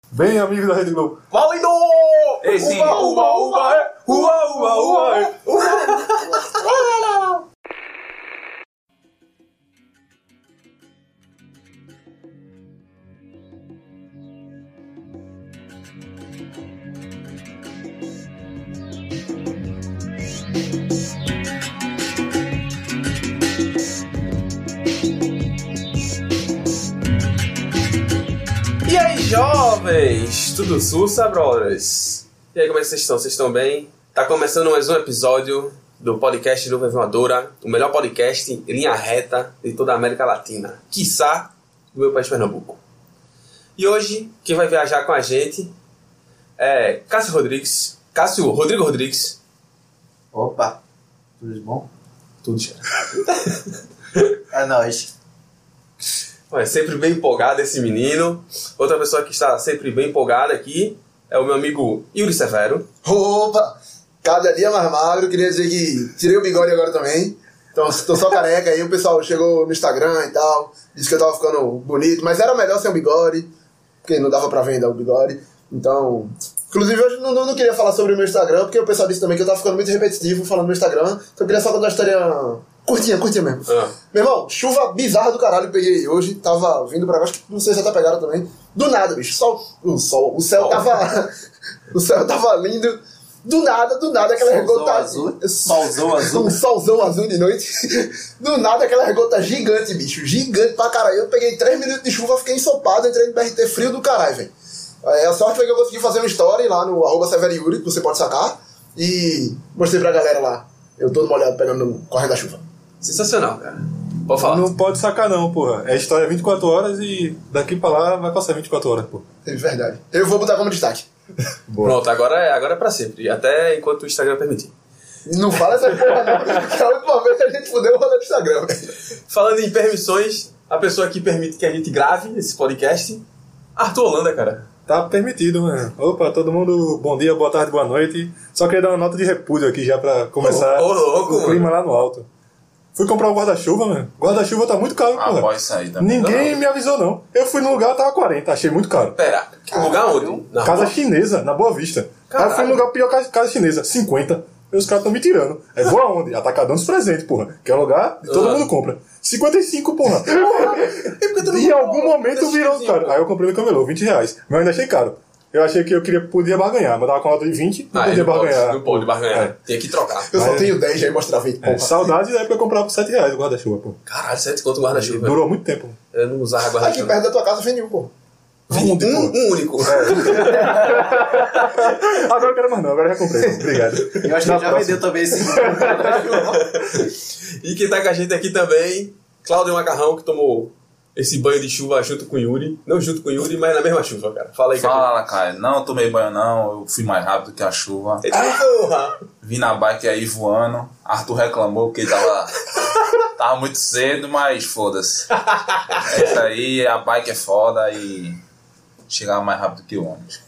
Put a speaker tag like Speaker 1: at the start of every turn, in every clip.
Speaker 1: Bem, amigo da Rede Globo.
Speaker 2: Válido! Esse E aí, jovens? Tudo sussa, brothers? E aí, como é que vocês estão? Vocês estão bem? Tá começando mais um episódio do podcast Nuvem Voadora, o melhor podcast em linha reta de toda a América Latina, quiçá do meu país, Pernambuco. E hoje, quem vai viajar com a gente é Rodrigo Rodrigues.
Speaker 3: Opa, tudo bom?
Speaker 2: Tudo certo.
Speaker 3: É nóis.
Speaker 2: É sempre bem empolgado esse menino. Outra pessoa que está sempre bem empolgada aqui é o meu amigo Yuri Severo.
Speaker 4: Opa! Cada dia mais magro, queria dizer que tirei o bigode agora também. Então, tô só careca aí, o pessoal chegou no Instagram e tal, disse que eu tava ficando bonito, mas era melhor sem o bigode, porque não dava pra vender o bigode. Então, inclusive hoje não queria falar sobre o meu Instagram, porque o pessoal disse também que eu tava ficando muito repetitivo falando no meu Instagram, então eu queria só contar uma história curtinha mesmo. Meu irmão, chuva bizarra do caralho que peguei hoje, tava vindo pra cá, acho que não sei se até pegaram também. Do nada, bicho, o céu tava... o céu tava lindo. Do nada, aquela gota azul.
Speaker 3: Solzão azul.
Speaker 4: Um solzão azul de noite. Do nada, aquela gota gigante, bicho. Gigante pra caralho. Eu peguei 3 minutos de chuva, fiquei ensopado, entrei no BRT frio do caralho, velho. A sorte foi que eu consegui fazer uma story lá no @severiuri, que você pode sacar. E mostrei pra galera lá. Eu todo molhado, correndo da chuva.
Speaker 2: Sensacional, cara. Pode falar.
Speaker 1: Não pode sacar não, porra. É história 24 horas e daqui pra lá vai passar 24 horas, porra.
Speaker 4: É verdade. Eu vou botar como destaque.
Speaker 2: Boa. Pronto, agora é pra sempre. Até enquanto o Instagram permitir.
Speaker 4: Não fala essa porra não, que a última vez que a gente fudeu o rolê do Instagram.
Speaker 2: Falando em permissões, a pessoa que permite que a gente grave esse podcast, Arthur Holanda, cara.
Speaker 1: Tá permitido, mano. Opa, todo mundo, bom dia, boa tarde, boa noite. Só queria dar uma nota de repúdio aqui já pra começar
Speaker 2: louco,
Speaker 1: o clima lá no alto. Fui comprar um guarda-chuva, mano. Guarda-chuva tá muito caro, porra.
Speaker 3: Pode sair também.
Speaker 1: Ninguém me avisou, não. Eu fui no lugar, tava 40, achei muito caro.
Speaker 2: Pera, lugar onde?
Speaker 1: Casa chinesa, na Boa Vista. Aí eu fui no lugar pior, casa chinesa, 50. E os caras tão me tirando. Aí vou aonde? Atacadão dos presentes, porra. Que é um lugar que todo mundo compra. 55, porra. Em algum momento virou caro. Aí eu comprei no camelô, R$20. Mas eu ainda achei caro. Eu achei que podia barganhar, mas tava com a nota de 20, não podia barganhar.
Speaker 2: Não pode barganhar.
Speaker 1: É.
Speaker 2: Tinha que trocar.
Speaker 4: Eu só tenho 10, já ia mostrar 20.
Speaker 1: Saudade da época eu comprava por R$7 o guarda-chuva, pô.
Speaker 2: Caralho, 7 conto guarda-chuva.
Speaker 1: Durou muito tempo.
Speaker 2: Eu não usava
Speaker 4: Aqui
Speaker 2: guarda-chuva.
Speaker 4: perto da tua casa vende um, pô.
Speaker 2: Um único.
Speaker 1: Agora eu quero mais não, agora eu já comprei. Obrigado.
Speaker 3: Eu acho que ele já vendeu também esse.
Speaker 2: E quem tá com a gente aqui também, Cláudio Macarrão, que tomou esse banho de chuva junto com o Yuri. Não junto com o Yuri, mas na mesma chuva, cara. Fala aí, cara.
Speaker 3: Fala, cara. Não tomei banho, não. Eu fui mais rápido que a chuva.
Speaker 2: Porra!
Speaker 3: Vim na bike aí voando. Arthur reclamou que tava muito cedo, mas foda-se. É isso aí, a bike é foda e chegava mais rápido que o ônibus.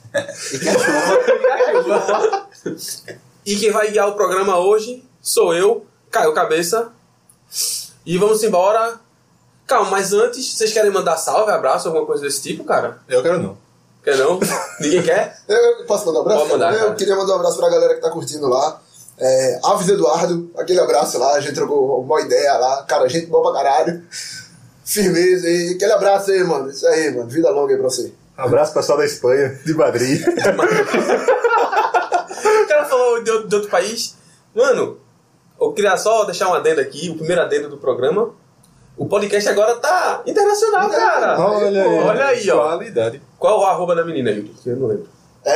Speaker 2: E quem vai guiar o programa hoje sou eu, Caio Cabeça. E vamos embora. Calma, mas antes, vocês querem mandar salve, abraço, alguma coisa desse tipo, cara?
Speaker 1: Eu quero não.
Speaker 2: Quer não? Ninguém quer?
Speaker 4: Eu posso mandar um abraço?
Speaker 2: Pode mandar,
Speaker 4: eu
Speaker 2: cara.
Speaker 4: queria mandar um abraço pra galera que tá curtindo lá. Alves Eduardo, aquele abraço lá, a gente trocou uma ideia lá. Cara, gente boa pra caralho. Firmeza aí. Aquele abraço aí, mano. Isso aí, mano. Vida longa aí pra você.
Speaker 1: Abraço pessoal da Espanha, de Madrid.
Speaker 2: O cara falou de outro país. Mano, eu queria só deixar um adendo aqui, o primeiro adendo do programa. O podcast agora tá internacional, cara.
Speaker 1: Olha aí,
Speaker 2: ó.
Speaker 1: Qualidade.
Speaker 2: Qual o arroba da menina, Yuri? Eu não lembro.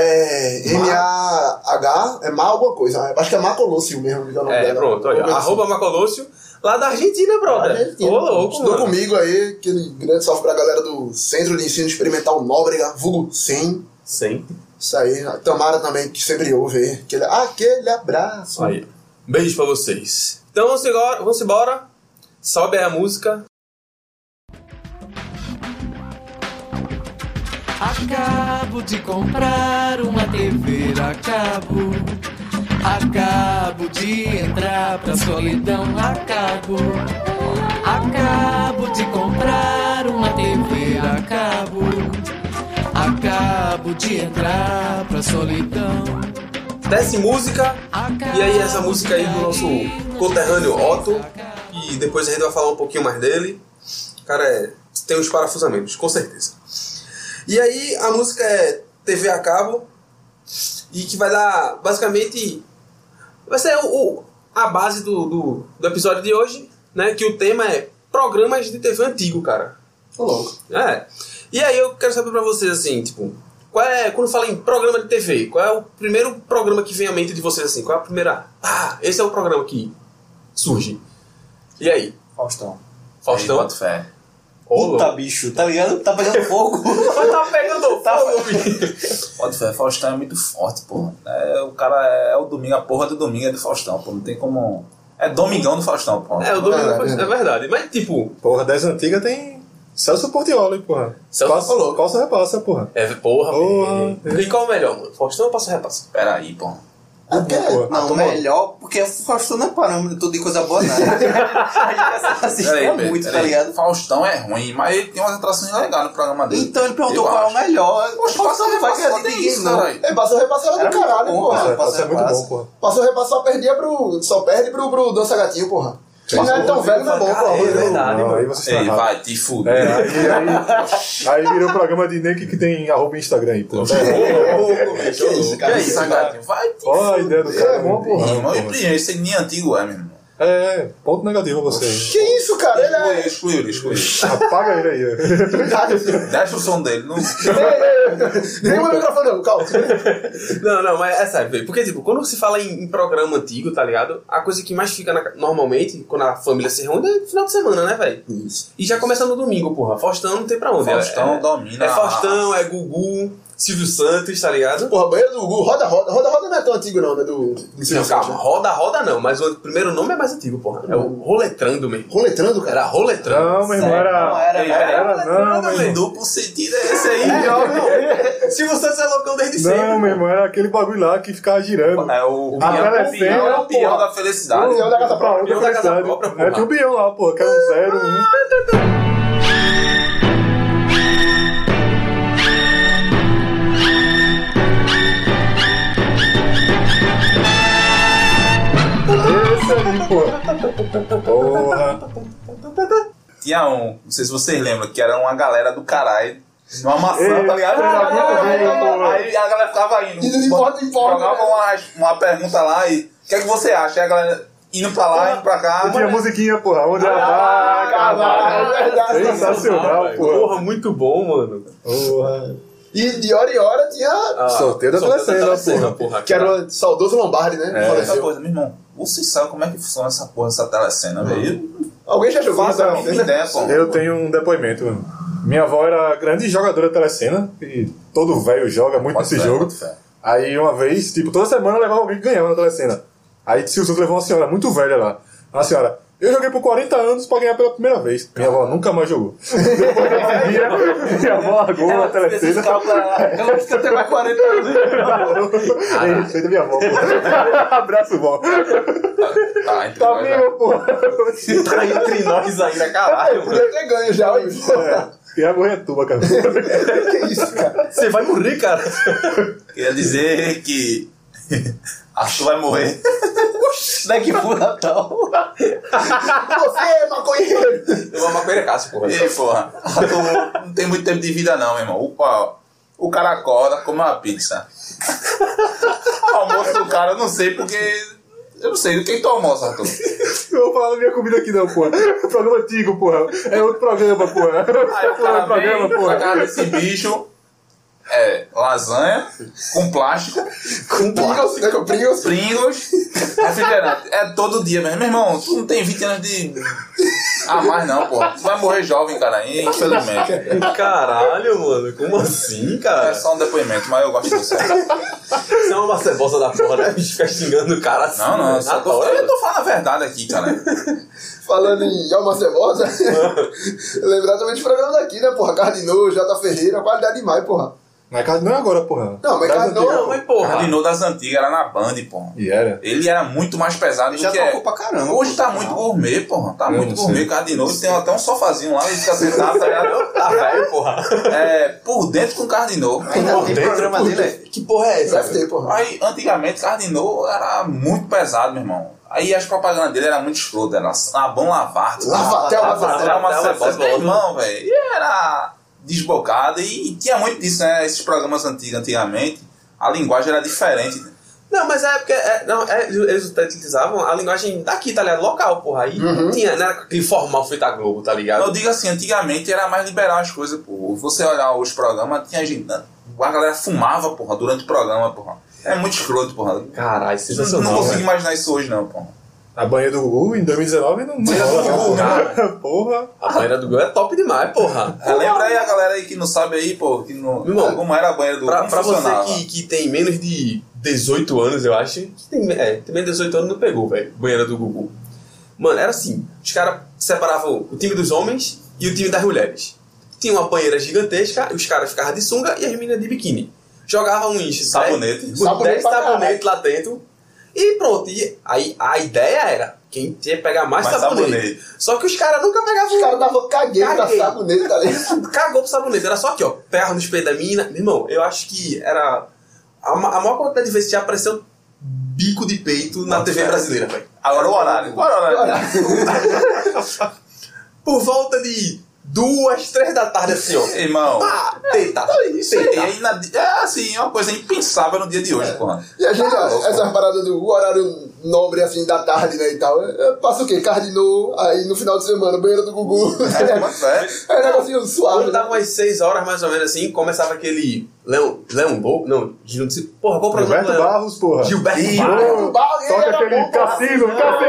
Speaker 4: MAH, é Má alguma coisa. Acho que é Macolócio mesmo. Que é o nome dela.
Speaker 2: Pronto, olha. Arroba Macolócio, lá da Argentina, brother.
Speaker 4: Argentina.
Speaker 2: Ô, louco,
Speaker 4: Estou
Speaker 2: mano.
Speaker 4: comigo aí, aquele grande salve pra galera do Centro de Ensino Experimental Nóbrega, vulgo SEM.
Speaker 2: Sim.
Speaker 4: Isso aí. A Tamara também, que sempre ouve aí. Aquele abraço.
Speaker 2: Aí. Um beijo pra vocês. Então vamos embora. Sobe aí a música.
Speaker 5: Acabo de comprar uma TV a cabo. Acabo de entrar pra solidão. Acabo de comprar uma TV a cabo. Acabo acabo de entrar pra solidão.
Speaker 2: Desce música, e aí essa música aí do nosso conterrâneo Otto, e depois a gente vai falar um pouquinho mais dele. O cara tem uns parafusamentos, com certeza. E aí a música é TV a cabo, e que vai dar, basicamente, vai ser a base do episódio de hoje, né? Que o tema é programas de TV antigo, cara.
Speaker 4: Tô louco.
Speaker 2: E aí eu quero saber pra vocês, assim, tipo, quando fala em programa de TV, qual é o primeiro programa que vem à mente de vocês, assim? Qual é a primeira... esse é o programa que surge. E aí?
Speaker 3: Faustão.
Speaker 2: Faustão?
Speaker 3: Fé.
Speaker 6: Puta, bicho, tá ligado? Tá pegando fogo.
Speaker 2: Mas tá pegando fogo, bicho.
Speaker 3: Pode fé, Faustão é muito forte, porra. O cara é o domingo, a porra do domingo é do Faustão, pô. Não tem como... É Domingão do Faustão, pô.
Speaker 2: O domingo do Faustão, é verdade. Mas, tipo...
Speaker 1: Porra, das antigas tem Celso Portiolli, porra. Passa repassa, porra.
Speaker 2: Porra. E qual é o melhor, mano? Faustão ou passa repassa?
Speaker 3: Pera aí, pô.
Speaker 6: Não, melhor, porque o Faustão não é parâmetro de coisa boa, não. A gente assiste muito, tá ligado?
Speaker 3: Faustão é ruim, mas ele tem umas atrações legais no programa dele.
Speaker 6: Então ele perguntou qual é o melhor.
Speaker 3: Poxa, Faustão não vai ganhar de ninguém, não.
Speaker 4: Ele passou repassado do caralho, porra.
Speaker 1: Passa é muito bom, porra.
Speaker 4: Passou repasso, só perde pro Dança Gatinho, porra. Ele não é tão velho, não é bom, porra.
Speaker 2: É verdade,
Speaker 1: Não,
Speaker 2: mano.
Speaker 1: aí você está errado.
Speaker 3: Vai te fuder.
Speaker 1: Aí virou o programa de Nick que tem @ Instagram aí, pô.
Speaker 4: Que isso, cara?
Speaker 3: Vai te
Speaker 1: Ó, a ideia do cara é bom, porra.
Speaker 3: irmão. Esse é nem antigo, meu irmão.
Speaker 1: Ponto negativo a você aí.
Speaker 4: Que isso, cara? Ele é...
Speaker 3: Excluiu.
Speaker 1: Apaga ele aí.
Speaker 3: Deixa o som dele. Não...
Speaker 4: Nem o microfone não, calma.
Speaker 2: Não, mas é sério, velho. Porque, tipo, quando se fala em programa antigo, tá ligado? A coisa que mais fica normalmente, quando a família se reúne, é final de semana, né, velho? E já começa no domingo, porra. Faustão não tem pra onde.
Speaker 3: Faustão domina.
Speaker 2: É Faustão, é Gugu, Silvio Santos, tá ligado?
Speaker 4: Porra, banheiro do Gugu, roda não é tão antigo não, né? Do
Speaker 2: Não, calma, roda não, mas o primeiro nome é mais antigo, porra. É o Roletrando mesmo.
Speaker 4: Roletrando, cara?
Speaker 2: Era Roletrando.
Speaker 1: Não, meu irmão, era não, meu irmão.
Speaker 3: Duplo sentido é esse aí.
Speaker 2: Silvio Santos é loucão desde sempre.
Speaker 1: Não, meu irmão, era aquele bagulho lá que ficava girando.
Speaker 3: É o
Speaker 1: telecena,
Speaker 3: é o peão da felicidade.
Speaker 4: O peão da casa própria.
Speaker 2: Peão da casa própria, porra.
Speaker 1: Tinha o Bião lá, pô, que era um 0, 1. Esse aí, porra.
Speaker 3: Tinha não sei se vocês lembram, que era uma galera do caralho, numa maçã, tá ligado? Aí a galera ficava indo.
Speaker 4: Indo de porta em porta.
Speaker 3: Jogava uma pergunta lá e o que é que você acha? Aí a galera indo pra lá, indo pra cá.
Speaker 1: Tinha musiquinha, porra, onde ela vai, sensacional, porra.
Speaker 2: Porra, muito bom, mano.
Speaker 1: Porra.
Speaker 4: E de hora em hora tinha...
Speaker 1: Sorteio da telecena, porra.
Speaker 4: Que era o saudoso Lombardi, né?
Speaker 3: Essa coisa, meu irmão, vocês sabem como é que funciona essa porra, essa telecena, velho?
Speaker 4: Alguém já jogou
Speaker 3: Faz
Speaker 4: isso?
Speaker 3: a mínima ideia, pô.
Speaker 1: Eu tenho um depoimento, mano. Minha avó era grande jogadora de telecena, e todo velho joga muito nesse jogo. Aí uma vez, tipo, toda semana levava alguém que ganhava na telecena. Aí Silvio Santos levou uma senhora muito velha lá. Uma senhora, eu joguei por 40 anos pra ganhar pela primeira vez. Minha avó nunca mais jogou. Depois desse dia, minha avó largou na telecena.
Speaker 6: Eu acho que eu tenho mais 40 anos.
Speaker 1: Respeita minha avó, pô. Abraço, vó. Tá
Speaker 3: Tá
Speaker 1: vivo, pô.
Speaker 2: Tá entre nós ainda, caralho.
Speaker 4: Podia ter ganho já, hein?
Speaker 1: Queria morrer tua, cara.
Speaker 4: Que isso, cara?
Speaker 2: Você vai morrer, cara.
Speaker 3: Queria dizer que Arthur vai morrer.
Speaker 6: Daqui pro Natal.
Speaker 4: Você, maconheiro!
Speaker 2: Eu vou maconheira Cássio, porra.
Speaker 3: E porra, Arthur não tem muito tempo de vida não, meu irmão. O cara acorda, come uma pizza. O almoço do cara, eu não sei porque... Eu não sei, quem tu almoça, Arthur?
Speaker 1: Eu vou falar da minha comida aqui não, porra. É programa antigo, porra. É outro programa, porra.
Speaker 3: Aí o cara vem com a cara desse bicho... lasanha com plástico,
Speaker 4: Com Pringles,
Speaker 3: Pringles, refrigerante. É todo dia mesmo. Meu irmão, tu não tem 20 anos de... mais não, porra. Tu vai morrer jovem, cara, infelizmente.
Speaker 2: Caralho, mano. Como assim, cara?
Speaker 3: É só um depoimento, mas eu gosto de você.
Speaker 2: Você é uma cebosa da porra, né? Bicho fica xingando o cara assim.
Speaker 3: Não,
Speaker 2: né?
Speaker 3: eu tô falando a verdade aqui, cara.
Speaker 4: Falando em alma cebosa, eu lembro exatamente do programa daqui, né, porra? Cardinou, J. Ferreira, qualidade demais, porra.
Speaker 1: Mas Cardinô é agora, porra.
Speaker 4: Não, mas Cardinô...
Speaker 2: Não, mas porra.
Speaker 3: Cardinô das antigas era na Band, porra.
Speaker 1: E era.
Speaker 3: Ele era muito mais pesado
Speaker 6: Já
Speaker 3: do que é.
Speaker 6: tocou pra caramba.
Speaker 3: Hoje tá muito gourmet, porra. Tá muito
Speaker 1: sei.
Speaker 3: gourmet. Cardinô, ele tem até um sofazinho lá, ele fica sentado, tá ligado?
Speaker 2: Tá velho, porra.
Speaker 3: Por dentro com Cardinô.
Speaker 6: Ainda tem programa dele.
Speaker 2: Que porra é essa?
Speaker 4: Deve ter, porra.
Speaker 3: Aí, antigamente, Cardinô era muito pesado, meu irmão. Aí as propagandas dele eram muito escrotas, era Sabão Lavarte. Meu irmão, velho. E era desbocada e tinha muito disso, né? Esses programas antigamente, a linguagem era diferente. Né?
Speaker 2: Não, mas é porque eles utilizavam a linguagem daqui, tá ligado? Local, porra. Aí não era aquele formal feito a Globo, tá ligado?
Speaker 3: Eu digo assim, antigamente era mais liberal as coisas, porra. Você olhar os programas, tinha gente. A galera fumava, porra, durante o programa, porra. É muito escroto, porra.
Speaker 2: Caralho, sensacional.
Speaker 3: Não consigo imaginar isso hoje, não, porra.
Speaker 1: A banha do Gugu em 2019 não rola, cara. Porra.
Speaker 2: A banheira do Gugu é top demais, porra.
Speaker 3: Lembra aí a galera aí que não sabe aí, pô, que não,
Speaker 2: irmão,
Speaker 3: como era a banheira do Gugu.
Speaker 2: Pra você que tem menos de 18 anos, eu acho. Que tem menos de 18 anos não pegou, velho. Banheira do Gugu. Mano, era assim. Os caras separavam o time dos homens e o time das mulheres. Tinha uma banheira gigantesca, os caras ficavam de sunga e as meninas de biquíni. Jogavam uns
Speaker 3: sabonete
Speaker 2: 10 sabonetes lá dentro. E pronto, e aí a ideia era quem tinha que pegar mais sabonete. Só que os caras nunca pegavam.
Speaker 4: Os caras davam cagueiro pra sabonete, tá ligado?
Speaker 2: Cagou pro sabonete, era só aqui, ó, pegava nos peitos da mina. Meu irmão, eu acho que era a maior quantidade de vezes que já apareceu bico de peito na TV brasileira, velho.
Speaker 3: Agora o horário.
Speaker 2: Por volta de 2, 3 da tarde, assim, ó.
Speaker 3: Irmão.
Speaker 2: Pá, teta.
Speaker 3: Isso aí é assim, uma coisa impensável no dia de hoje, porra.
Speaker 4: E a gente, essas paradas do horário nobre, assim, da tarde, né, e tal. Passa o quê? Cardinô, aí no final de semana, banheira do Gugu. É um negocinho suave.
Speaker 2: Quando dava umas 6 horas, mais ou menos, assim, começava aquele Leão Lobo, não, porra, qual o programa?
Speaker 1: Gilberto Barros, porra.
Speaker 2: Gilberto Barros.
Speaker 1: Toca aquele cassino,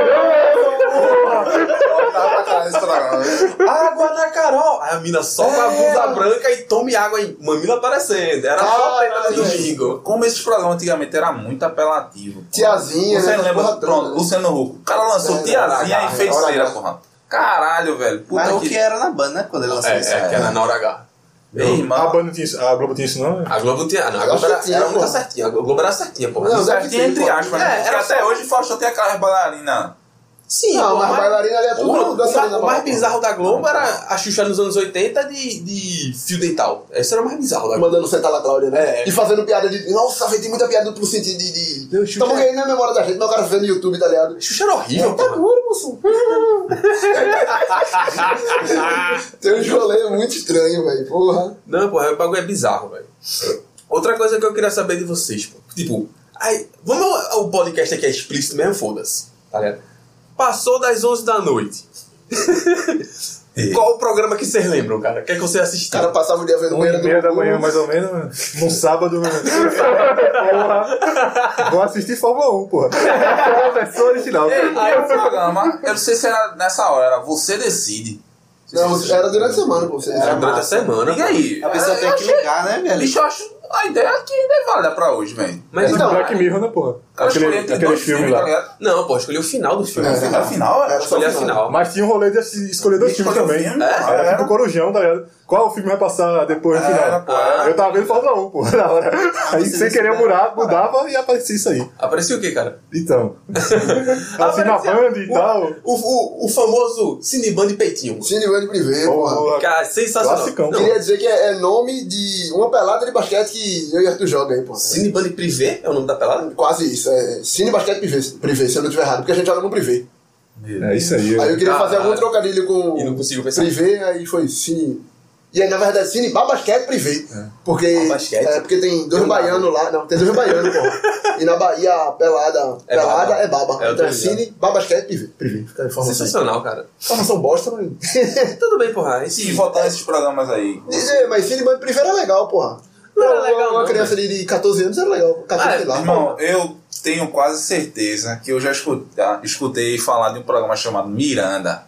Speaker 2: Água na Carol. Aí a mina só com a blusa branca e tome água aí. Mamila aparecendo. Era só teta no domingo.
Speaker 3: Como esses programas antigamente era muito apelativo.
Speaker 4: Tiazinha,
Speaker 3: você
Speaker 4: né?
Speaker 3: lembra? Pronto, Luciano Huck. O cara lançou Tiazinha e Feiticeira, porra. Caralho, velho.
Speaker 6: Mas o que era na Band, né? Quando ele lançou isso.
Speaker 2: Que era na hora H.
Speaker 1: A Globo tinha isso, não?
Speaker 2: A Globo tinha. Não, a Globo era muito certinha. A Globo era certinha, porra.
Speaker 4: Não,
Speaker 3: certinha entre aspas, né? Porque
Speaker 2: era
Speaker 3: até hoje Faustão tem aquela bailarina.
Speaker 2: Sim,
Speaker 4: não, mas bailarina ali é tudo dançarina.
Speaker 2: O mais bizarro da Globo era a Xuxa nos anos 80 de fio dental. Esse era o mais bizarro da Globo.
Speaker 4: Mandando sentar lá, Cláudia, né? E fazendo piada de. Nossa, velho, tem muita piada pro sentido de. Estamos ganhando na memória da gente, mas o cara vendo no YouTube, tá ligado?
Speaker 2: Xuxa era horrível,
Speaker 4: tá duro, moço. Tem um rolê muito estranho, velho, porra.
Speaker 2: Não, porra, o bagulho é bizarro, velho. Outra coisa que eu queria saber de vocês, pô. Tipo, aí, o podcast aqui é explícito mesmo, foda-se, tá ligado? Passou das 11 da noite. Qual o programa que vocês lembram, cara? O que é que você assistiu?
Speaker 4: O cara passava o dia vendo banheira do
Speaker 1: 1h30 da manhã, mais ou menos, num sábado. Porra. Vou assistir Fórmula 1, porra. Versão original.
Speaker 3: Aí o programa, eu não sei se era nessa hora, era Você Decide.
Speaker 4: Não, era durante a semana, pô.
Speaker 2: Era durante a semana.
Speaker 3: E aí?
Speaker 6: A pessoa tem que ligar, né, velho?
Speaker 3: Bicho, eu acho a ideia que ainda é válida pra hoje, velho.
Speaker 2: Mas
Speaker 1: então, Black Mirror, né, porra? Aquele filme lá.
Speaker 3: Tá
Speaker 2: não, pô, escolhi o final do filme.
Speaker 3: Era o final?
Speaker 2: Escolhi a final.
Speaker 1: Mas tinha um rolê de escolher 2 filmes também. Era tipo Corujão, tá ligado? Qual filme vai passar depois no final? Eu tava vendo Fórmula 1, pô, na hora. Aí sem querer mudava e aparecia isso aí.
Speaker 2: Aparecia o quê, cara?
Speaker 1: Então. Assim na Band e tal.
Speaker 2: O famoso Cineband de peitinho.
Speaker 4: Cineband privê, porra.
Speaker 2: Cara, sensacional.
Speaker 1: Classicão.
Speaker 4: Queria dizer que é nome de uma pelada de basquete que eu e Arthur joga aí, pô.
Speaker 2: Cineband privê é o nome da pelada?
Speaker 4: Quase isso, Cine Basquete privê, se eu não estiver errado, porque a gente joga no privê.
Speaker 1: É isso aí.
Speaker 4: Aí eu queria fazer algum trocadilho com
Speaker 2: e não consigo pensar.
Speaker 4: Privê, aí foi Cine. E aí, na verdade, Cine Babasquete privê. Porque, porque tem 2 baianos lá. Não, tem 2 baianos, porra. E na Bahia, pelada é baba. Então é Cine Babasquete privê. Fica a informação.
Speaker 2: Sensacional, cara.
Speaker 4: Informação bosta, mas.
Speaker 2: Tudo bem, porra.
Speaker 3: E voltar nesses programas aí.
Speaker 4: Mas Cine privê era legal, porra.
Speaker 2: Não era legal,
Speaker 4: uma criança ali de 14 anos era legal. 14 lá.
Speaker 3: Irmão, eu tenho quase certeza que eu já escutei falar de um programa chamado Miranda.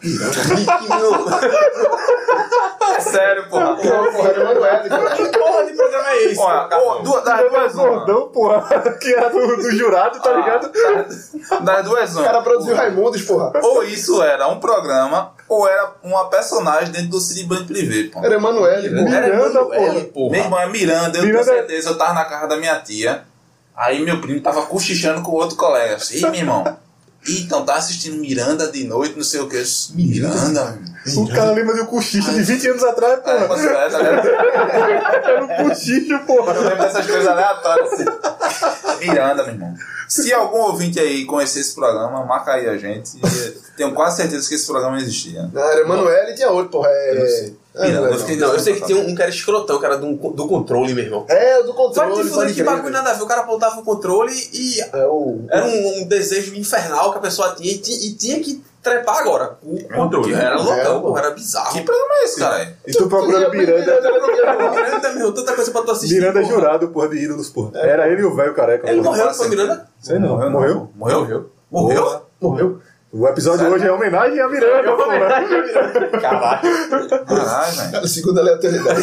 Speaker 2: É sério, porra.
Speaker 4: Porra,
Speaker 2: Que porra de programa é esse?
Speaker 3: porra. Das duas
Speaker 1: Gordão, porra, que era do jurado, tá ligado?
Speaker 3: Das duas
Speaker 4: O cara produziu Raimundos, porra.
Speaker 3: Ou isso era um programa, ou era uma personagem dentro do Cine Band Privé, pô.
Speaker 4: Era Emanuele,
Speaker 1: Miranda,
Speaker 3: Meu irmão é Miranda, eu tenho certeza, eu tava na casa da minha tia, aí meu primo tava cochichando com outro colega. Ei, meu irmão, então tá assistindo Miranda de noite, não sei o que. Miranda?
Speaker 1: O cara lembra de um cochicho de 20 anos atrás, porra. Era um cochicho, porra.
Speaker 3: Eu lembro dessas coisas aleatórias assim. Miranda, meu irmão. Se algum ouvinte aí conhecer esse programa, marca aí a gente. Tenho quase certeza que esse programa existia.
Speaker 4: Não, era Emanuele e tinha outro, porra.
Speaker 2: Eu sei que tinha um que era escrotão, que era do controle, meu irmão.
Speaker 4: É, o do controle.
Speaker 2: Só que bagulho nada a ver. O cara apontava o controle e era um desejo infernal que a pessoa tinha e tinha que trepar agora. O controle. Era loucão, porra, era bizarro.
Speaker 3: Que programa é esse, cara?
Speaker 1: E tu procurando Miranda.
Speaker 2: Miranda, meu, tanta coisa pra tu assistir.
Speaker 1: Miranda jurado, porra, de ídolos, porra. Era ele e o velho careca.
Speaker 2: Ele morreu, foi Miranda?
Speaker 1: Sei não. Morreu?
Speaker 2: Morreu?
Speaker 1: O episódio hoje é homenagem a Miranda, porra.
Speaker 3: Caralho, velho.
Speaker 4: Segunda aleatoriedade.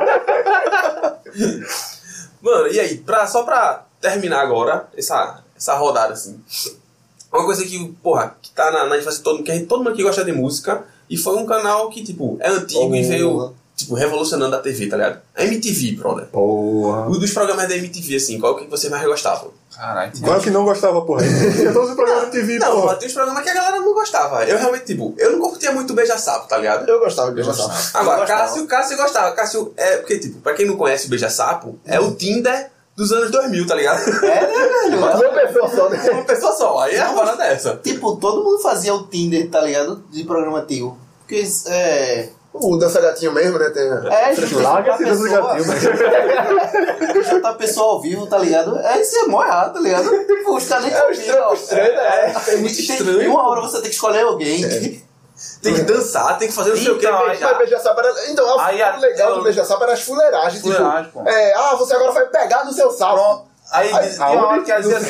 Speaker 2: Mano, e aí, só pra terminar agora essa rodada, assim. Uma coisa que, porra, que tá na infância de todo mundo, que todo mundo aqui gosta de música, e foi um canal que, tipo, é antigo e veio, tipo, revolucionando a TV, tá ligado? A MTV, brother.
Speaker 1: Porra.
Speaker 2: Um dos programas da MTV, assim, qual que você mais gostava?
Speaker 3: Caralho.
Speaker 1: Qual que não gostava, porra? Tinha todos os programas de TV,
Speaker 2: Não,
Speaker 1: porra.
Speaker 2: mas tem uns programas que a galera não gostava. Eu realmente, tipo, eu não curtia muito Beija-Sapo, tá ligado?
Speaker 4: Eu gostava de Beija-Sapo.
Speaker 2: Agora, Cássio gostava. Cássio, porque, tipo, pra quem não conhece o Beija-Sapo, é o Tinder dos anos 2000, tá ligado?
Speaker 6: É, né, velho?
Speaker 4: Uma pessoa só, né?
Speaker 2: Uma pessoa só, aí a parada é essa.
Speaker 6: Tipo, todo mundo fazia o Tinder, tá ligado? De programa antigo. Porque,
Speaker 4: O Dança Gatinho mesmo, né? Tem...
Speaker 1: Larga esse Dança Gatinho, velho.
Speaker 6: juntar a pessoa ao vivo, tá ligado? Isso é mó errado, tá ligado? Tipo, os caras nem combinam.
Speaker 4: Estranho, né?
Speaker 2: É muito estranho.
Speaker 6: Em uma hora você tem que escolher alguém.
Speaker 2: Tem que dançar, tem que fazer não sei o que,
Speaker 3: Então,
Speaker 2: beijar.
Speaker 4: Mas Beija-Sapo era... Então, o legal do Beija-Sapo era as fuleiragens.
Speaker 3: Fuleiragem,
Speaker 4: Tipo,
Speaker 3: pô.
Speaker 4: você agora vai pegar no seu sapo.
Speaker 3: Pronto. Aí tinha uma hora que ela dizia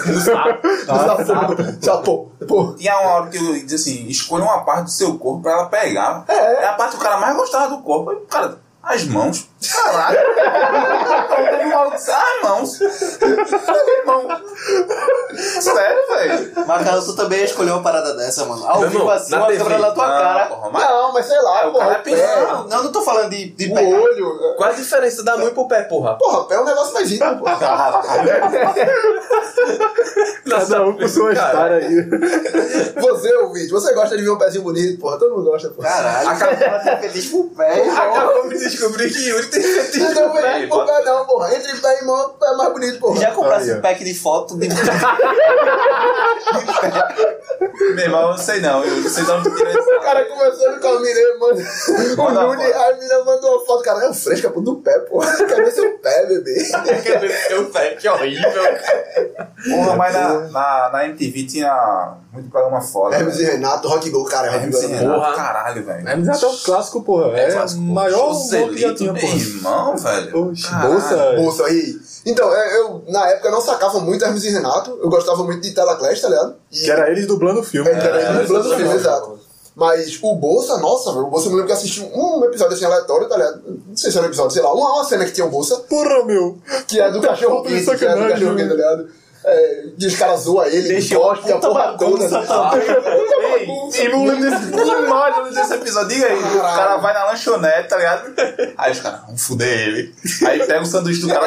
Speaker 3: tinha uma hora que eu dizia assim, escolha uma parte do seu corpo pra ela pegar. É a parte que o cara mais gostava do corpo. Aí, cara, as mãos. Caralho. Teve um maluco que disse, as mãos. Sério, velho.
Speaker 6: Mas tu também escolheu uma parada dessa, mano. Ao
Speaker 2: Meu
Speaker 6: vivo
Speaker 2: irmão,
Speaker 6: assim,
Speaker 2: na
Speaker 6: uma
Speaker 2: TV.
Speaker 6: câmera na tua cara.
Speaker 3: Porra, mas
Speaker 4: Não, mas sei lá,
Speaker 3: o
Speaker 4: porra.
Speaker 3: cara é pensando.
Speaker 6: Não tô falando de
Speaker 4: O
Speaker 6: pegar.
Speaker 4: olho.
Speaker 2: Qual a diferença da mão pro pé, porra?
Speaker 4: Porra, pé é um negócio mais íntimo, porra.
Speaker 1: Cada um com sua história aí.
Speaker 4: Você, ouvinte, você gosta de ver um pezinho bonito, porra. Todo mundo gosta, porra.
Speaker 6: Caralho, acabou de feliz pro pé.
Speaker 2: Acabou de descobrir que Yuri tem fetiche
Speaker 4: Não,
Speaker 2: com pé.
Speaker 4: por pé não, porra. Entre pé e mão, pé é mais bonito, porra.
Speaker 6: Já comprasse
Speaker 1: Aí, ó.
Speaker 6: um pack de foto de...
Speaker 3: meu irmão, eu não sei não. Eu não sei de onde tirou esse
Speaker 4: O cara conversando com a menina, mano.
Speaker 3: Manda
Speaker 4: O
Speaker 3: uma
Speaker 4: Júnior,
Speaker 3: foto.
Speaker 4: a menina mandou uma foto, cara, é fresca, pô, do pé, porra. Quer ver seu pé, bebê.
Speaker 2: Quer ver seu pé, que horrível.
Speaker 3: Porra, mas na MTV tinha muito programa foda.
Speaker 4: Hermes e Renato, Rock Go, cara. Rock
Speaker 3: Hermes e
Speaker 4: Go.
Speaker 3: Renato,
Speaker 2: Porra.
Speaker 3: caralho, velho.
Speaker 1: Mas até um clássico, porra. É
Speaker 3: clássico,
Speaker 1: o
Speaker 3: pô.
Speaker 1: maior
Speaker 3: Joselito,
Speaker 1: humor que já tinha,
Speaker 3: meu
Speaker 1: porra.
Speaker 3: irmão, velho.
Speaker 1: Oxe,
Speaker 3: Caralho.
Speaker 1: bolsa.
Speaker 4: Bolsa aí. Então, eu na época não sacava muito Hermes e Renato. Eu gostava muito de Telaclass, tá ligado? E
Speaker 1: Que era eles dublando o filme.
Speaker 4: que era
Speaker 3: eles
Speaker 4: dublando o
Speaker 3: dublando
Speaker 4: filme,
Speaker 3: o
Speaker 4: exato. Mas o Bolsa, nossa, velho, o Bolsa eu me lembro que assisti um episódio assim aleatório, tá ligado? Não sei se era um episódio, sei lá, uma cena que tinha o Bolsa,
Speaker 1: Porra, meu.
Speaker 4: que é do cachorro quente, que é do
Speaker 1: sacanagem,
Speaker 4: cachorro quente, tá
Speaker 1: né?
Speaker 4: ligado? Que os caras zoam ele,
Speaker 6: Deixa
Speaker 4: gosta e a
Speaker 6: puta
Speaker 4: porra toda.
Speaker 6: bagunça
Speaker 3: Ei, eu não lembro desse episódio. Diga aí, o cara vai na lanchonete, tá ligado? Aí os caras, vamos fuder ele. Aí pega o sanduíche do cara,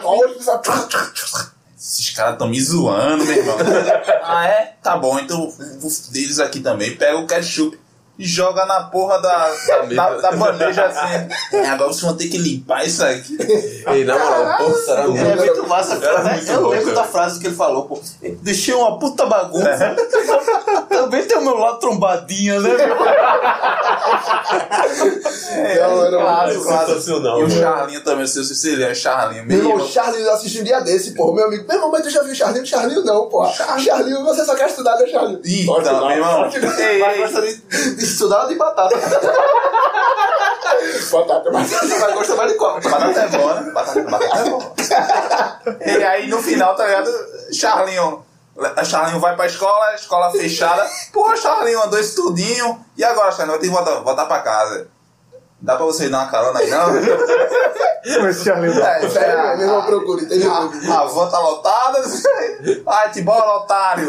Speaker 3: esses caras tão me zoando, meu irmão. Ah, é? Tá bom, então vou fuder eles aqui também. Pega o ketchup e joga na porra da bandeja assim. Agora vocês vão ter que limpar isso aqui.
Speaker 2: Ei, na moral, porra, será
Speaker 6: É
Speaker 2: mesmo?
Speaker 6: muito massa.
Speaker 2: Era muito
Speaker 6: Eu
Speaker 2: bom,
Speaker 6: lembro
Speaker 2: cara.
Speaker 6: da frase que ele falou, pô. Deixei uma puta bagunça. Também tem o meu lado trombadinha, né, meu?
Speaker 4: Não, era
Speaker 3: Claro, claro.
Speaker 2: Sensacional,
Speaker 3: E o
Speaker 2: mano.
Speaker 3: Charlinho também, se você lembra, Charlinho.
Speaker 4: Meu irmão,
Speaker 3: Meu
Speaker 4: Charlinho, eu assisti um dia desse, porra. Meu amigo, mas tu já viu Charlinho? Charlinho não, porra. Charlinho, você só quer estudar, né, Charlinho?
Speaker 3: Então, meu irmão. Ei,
Speaker 6: Mas
Speaker 3: ei,
Speaker 6: gosta de estudar de batata.
Speaker 4: Batata,
Speaker 6: Mas gosta mais de qual?
Speaker 3: batata é boa, né? Batata é boa. E aí, no final, tá ligado? Charlinho vai pra escola, escola fechada. Pô, Charlinho andou isso tudinho. E agora, Charlinho, vai ter que voltar pra casa. Dá pra você dar uma carona aí, não?
Speaker 1: Comecei a lembrar.
Speaker 4: Isso aí mesmo eu procuro, entendeu?
Speaker 3: A van tá lotada. Vai, te bola, otário.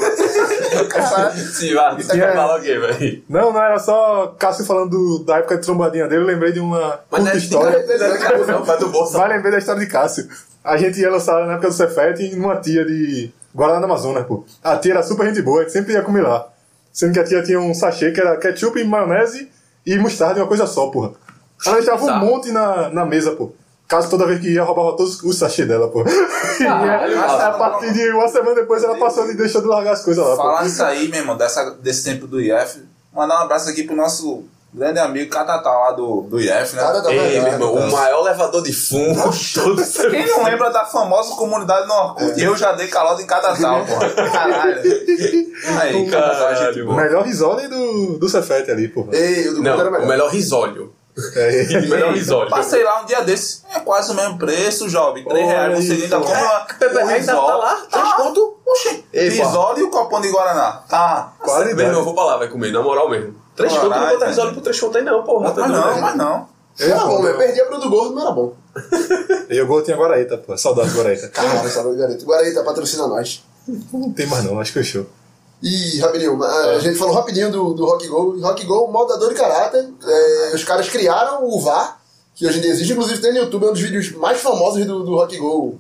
Speaker 2: Sim, vai. Você quer falar o quê, velho?
Speaker 1: Não, era só Cássio falando da época de trombadinha dele. Eu lembrei de uma curta história. Vai lembrar da história de Cássio. A gente ia lançar na época do Cefete numa tia de Guaraná do Amazonas, pô. A tia era super gente boa, a gente sempre ia comer lá. Sendo que a tia tinha um sachê que era ketchup, maionese e mostarda em uma coisa só, porra. Ela deixava um monte na mesa, pô. Caso toda vez que ia, roubava todos os sachês dela, pô. E a partir de uma semana depois ela passou e deixou de largar as coisas lá, pô.
Speaker 3: Falar isso aí, meu irmão, desse tempo do IF, mandar um abraço aqui pro nosso grande amigo Catatá lá do IF, né?
Speaker 2: Ei, meu irmão, o maior levador de fumo todo esse
Speaker 3: Quem não lembra da famosa comunidade no Orkut? Eu já dei calota em Catatá, porra. Caralho. Aí, Catatá, gente boa.
Speaker 1: O melhor risole do Cefete ali, porra.
Speaker 4: Ei, o do
Speaker 2: Não,
Speaker 4: era melhor.
Speaker 2: o melhor risólio.
Speaker 1: É.
Speaker 2: O melhor risólio.
Speaker 3: Passei lá um dia desse, é quase o mesmo preço, jovem. R$3 você ainda compra um
Speaker 2: Ainda tá lá? 3 conto?
Speaker 3: Oxi, risole e o copão de Guaraná. Tá.
Speaker 1: Qualidade.
Speaker 2: Meu irmão, eu vou pra lá, vai comer, na moral mesmo. 3 conto, não botar risólio por 3 conto aí não, porra.
Speaker 3: Mas não.
Speaker 4: Era bom, eu perdi a pro do gordo, não era bom.
Speaker 1: E o gol tinha Guaraíta, pô. Saudade do Guaraíta.
Speaker 4: Caralho, sabe, Guaraíta. Guaraíta patrocina nós.
Speaker 1: Não tem mais não, acho que fechou.
Speaker 4: E, rapidinho, a gente falou rapidinho do Rock Go. Rock Go, moldador de caráter. Os caras criaram o VAR, que hoje em dia existe, inclusive tem no YouTube, é um dos vídeos mais famosos do Rock Go.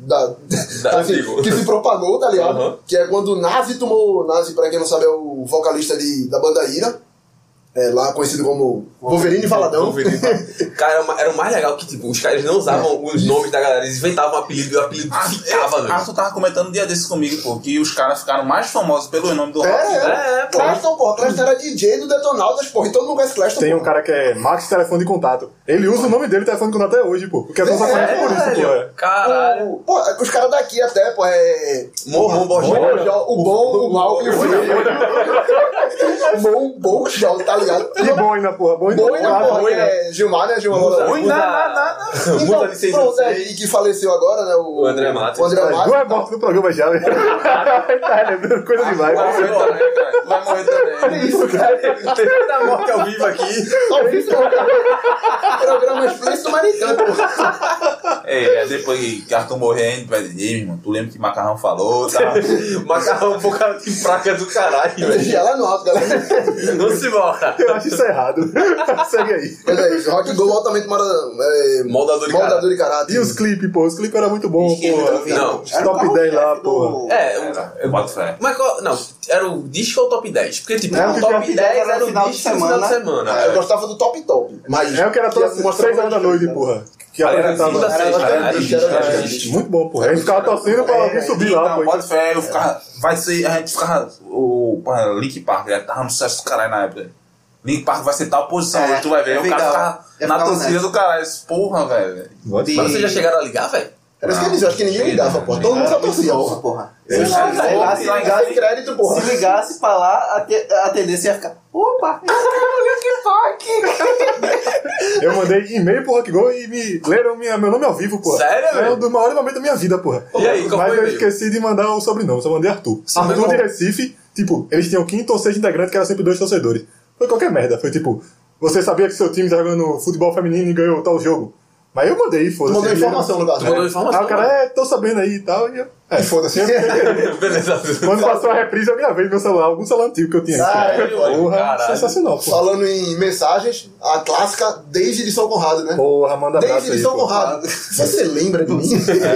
Speaker 4: Que se propagou, tá ligado?
Speaker 2: Uhum.
Speaker 4: Que é quando o Nazi tomou. Nazi, pra quem não sabe, é o vocalista da banda Ira. Lá conhecido como Wolverine Valadão.
Speaker 2: Cara, era o mais legal que, tipo, os caras não usavam os nomes da galera, eles inventavam um apelido e o apelido ficava, velho.
Speaker 3: Arthur tava comentando um dia desses comigo, pô, que os caras ficaram mais famosos pelo nome do rock.
Speaker 4: Claston, porra. Claston era DJ do Detonautas, porra. E todo mundo conhece Claston.
Speaker 1: Tem um cara que é Max Telefone de Contato. Ele usa o nome dele, telefone de contato, até hoje, pô. Porque a pessoa só conhece por isso, pô.
Speaker 2: Caralho.
Speaker 4: Pô, os caras daqui até, pô,
Speaker 2: Morrão, Borjão.
Speaker 4: O bom, o mal e o ruim. Bom, tá ligado?
Speaker 1: E bom ainda, porra. Bom
Speaker 4: Bom
Speaker 1: ainda,
Speaker 4: ainda,
Speaker 1: porra.
Speaker 4: Gilmar, né? Gilmar.
Speaker 3: Ruim, nada.
Speaker 4: Então, pronto, e que faleceu agora, né? O
Speaker 2: André Matos.
Speaker 4: O André Matos.
Speaker 1: Não é morto no programa já, velho. Tá lembrando coisa demais.
Speaker 3: Tu vai morrer também.
Speaker 4: Isso, cara.
Speaker 2: Teve da morte ao vivo aqui.
Speaker 4: Ao vivo, programa explícito, mas nem tanto.
Speaker 3: É depois que Arthur morrer, a gente vai dizer, ei, irmão, tu lembra que Macarrão falou, tá?
Speaker 2: Macarrão, pô, cara, que praca do caralho.
Speaker 4: Energia lá no alto, galera.
Speaker 2: Não se morra.
Speaker 1: Eu acho isso errado. Segue aí.
Speaker 4: Mas é isso, Rock Go altamente
Speaker 2: Moldador de
Speaker 4: caráter.
Speaker 1: E os clipes, pô? Os clipes eram muito bons, porra.
Speaker 2: Não.
Speaker 1: Os top 10 lá, porra.
Speaker 3: Eu boto fé.
Speaker 2: Mas não, era o disco ou o top 10? Porque, tipo,
Speaker 1: Era
Speaker 2: o
Speaker 1: o
Speaker 2: top
Speaker 1: que
Speaker 2: 10 era o
Speaker 6: final de
Speaker 2: disco no final de semana.
Speaker 4: Eu gostava do Top. Mas
Speaker 1: É o que era todas as 6 horas da noite, porra. Que apresentava. Muito bom, porra. A gente ficava torcendo pra alguém subir lá,
Speaker 3: Não,
Speaker 1: pô.
Speaker 3: pode fé, a gente ficava, Link Park, já tava no sucesso do caralho na época. Link Park vai ser tal posição, hoje tu vai ver, o cara ficava na torcida do caralho, porra, velho.
Speaker 1: Mas
Speaker 2: Mas vocês já chegaram a ligar, velho?
Speaker 4: era isso que eles acho que ninguém ligava, porra. Todo mundo só torcia.
Speaker 6: Porra.
Speaker 4: Se ligasse crédito, porra.
Speaker 6: Se ligasse pra lá, a tendência ia ficar. Opa!
Speaker 1: eu mandei e-mail pro Rock Go e me leram meu nome ao vivo, porra.
Speaker 2: Sério,
Speaker 1: É
Speaker 2: velho?
Speaker 1: um dos maiores momentos da minha vida, porra.
Speaker 2: E aí, qual
Speaker 1: Mas
Speaker 2: foi o
Speaker 1: eu
Speaker 2: e-mail?
Speaker 1: esqueci de mandar o sobrenome, só mandei Arthur. Arthur de Recife, tipo, eles tinham 5º ou 6º integrante, que era sempre 2 torcedores. Foi qualquer merda, foi tipo, você sabia que seu time tá jogando futebol feminino e ganhou tal jogo? Mas eu mandei, foda-se.
Speaker 4: Mandou informação no caso.
Speaker 2: Mandou informação.
Speaker 1: Aí o cara, tô sabendo aí e tal. E eu,
Speaker 4: Foda-se.
Speaker 2: Beleza.
Speaker 1: quando passou a reprise, eu gravei no meu celular, algum celular antigo que eu tinha. Porra,
Speaker 2: Caralho.
Speaker 1: sensacional, porra.
Speaker 4: Falando em mensagens, a clássica desde de São Conrado, né?
Speaker 1: Porra, manda abraço
Speaker 4: Desde de
Speaker 1: aí,
Speaker 4: São
Speaker 1: porra.
Speaker 4: Conrado. Você lembra de mim?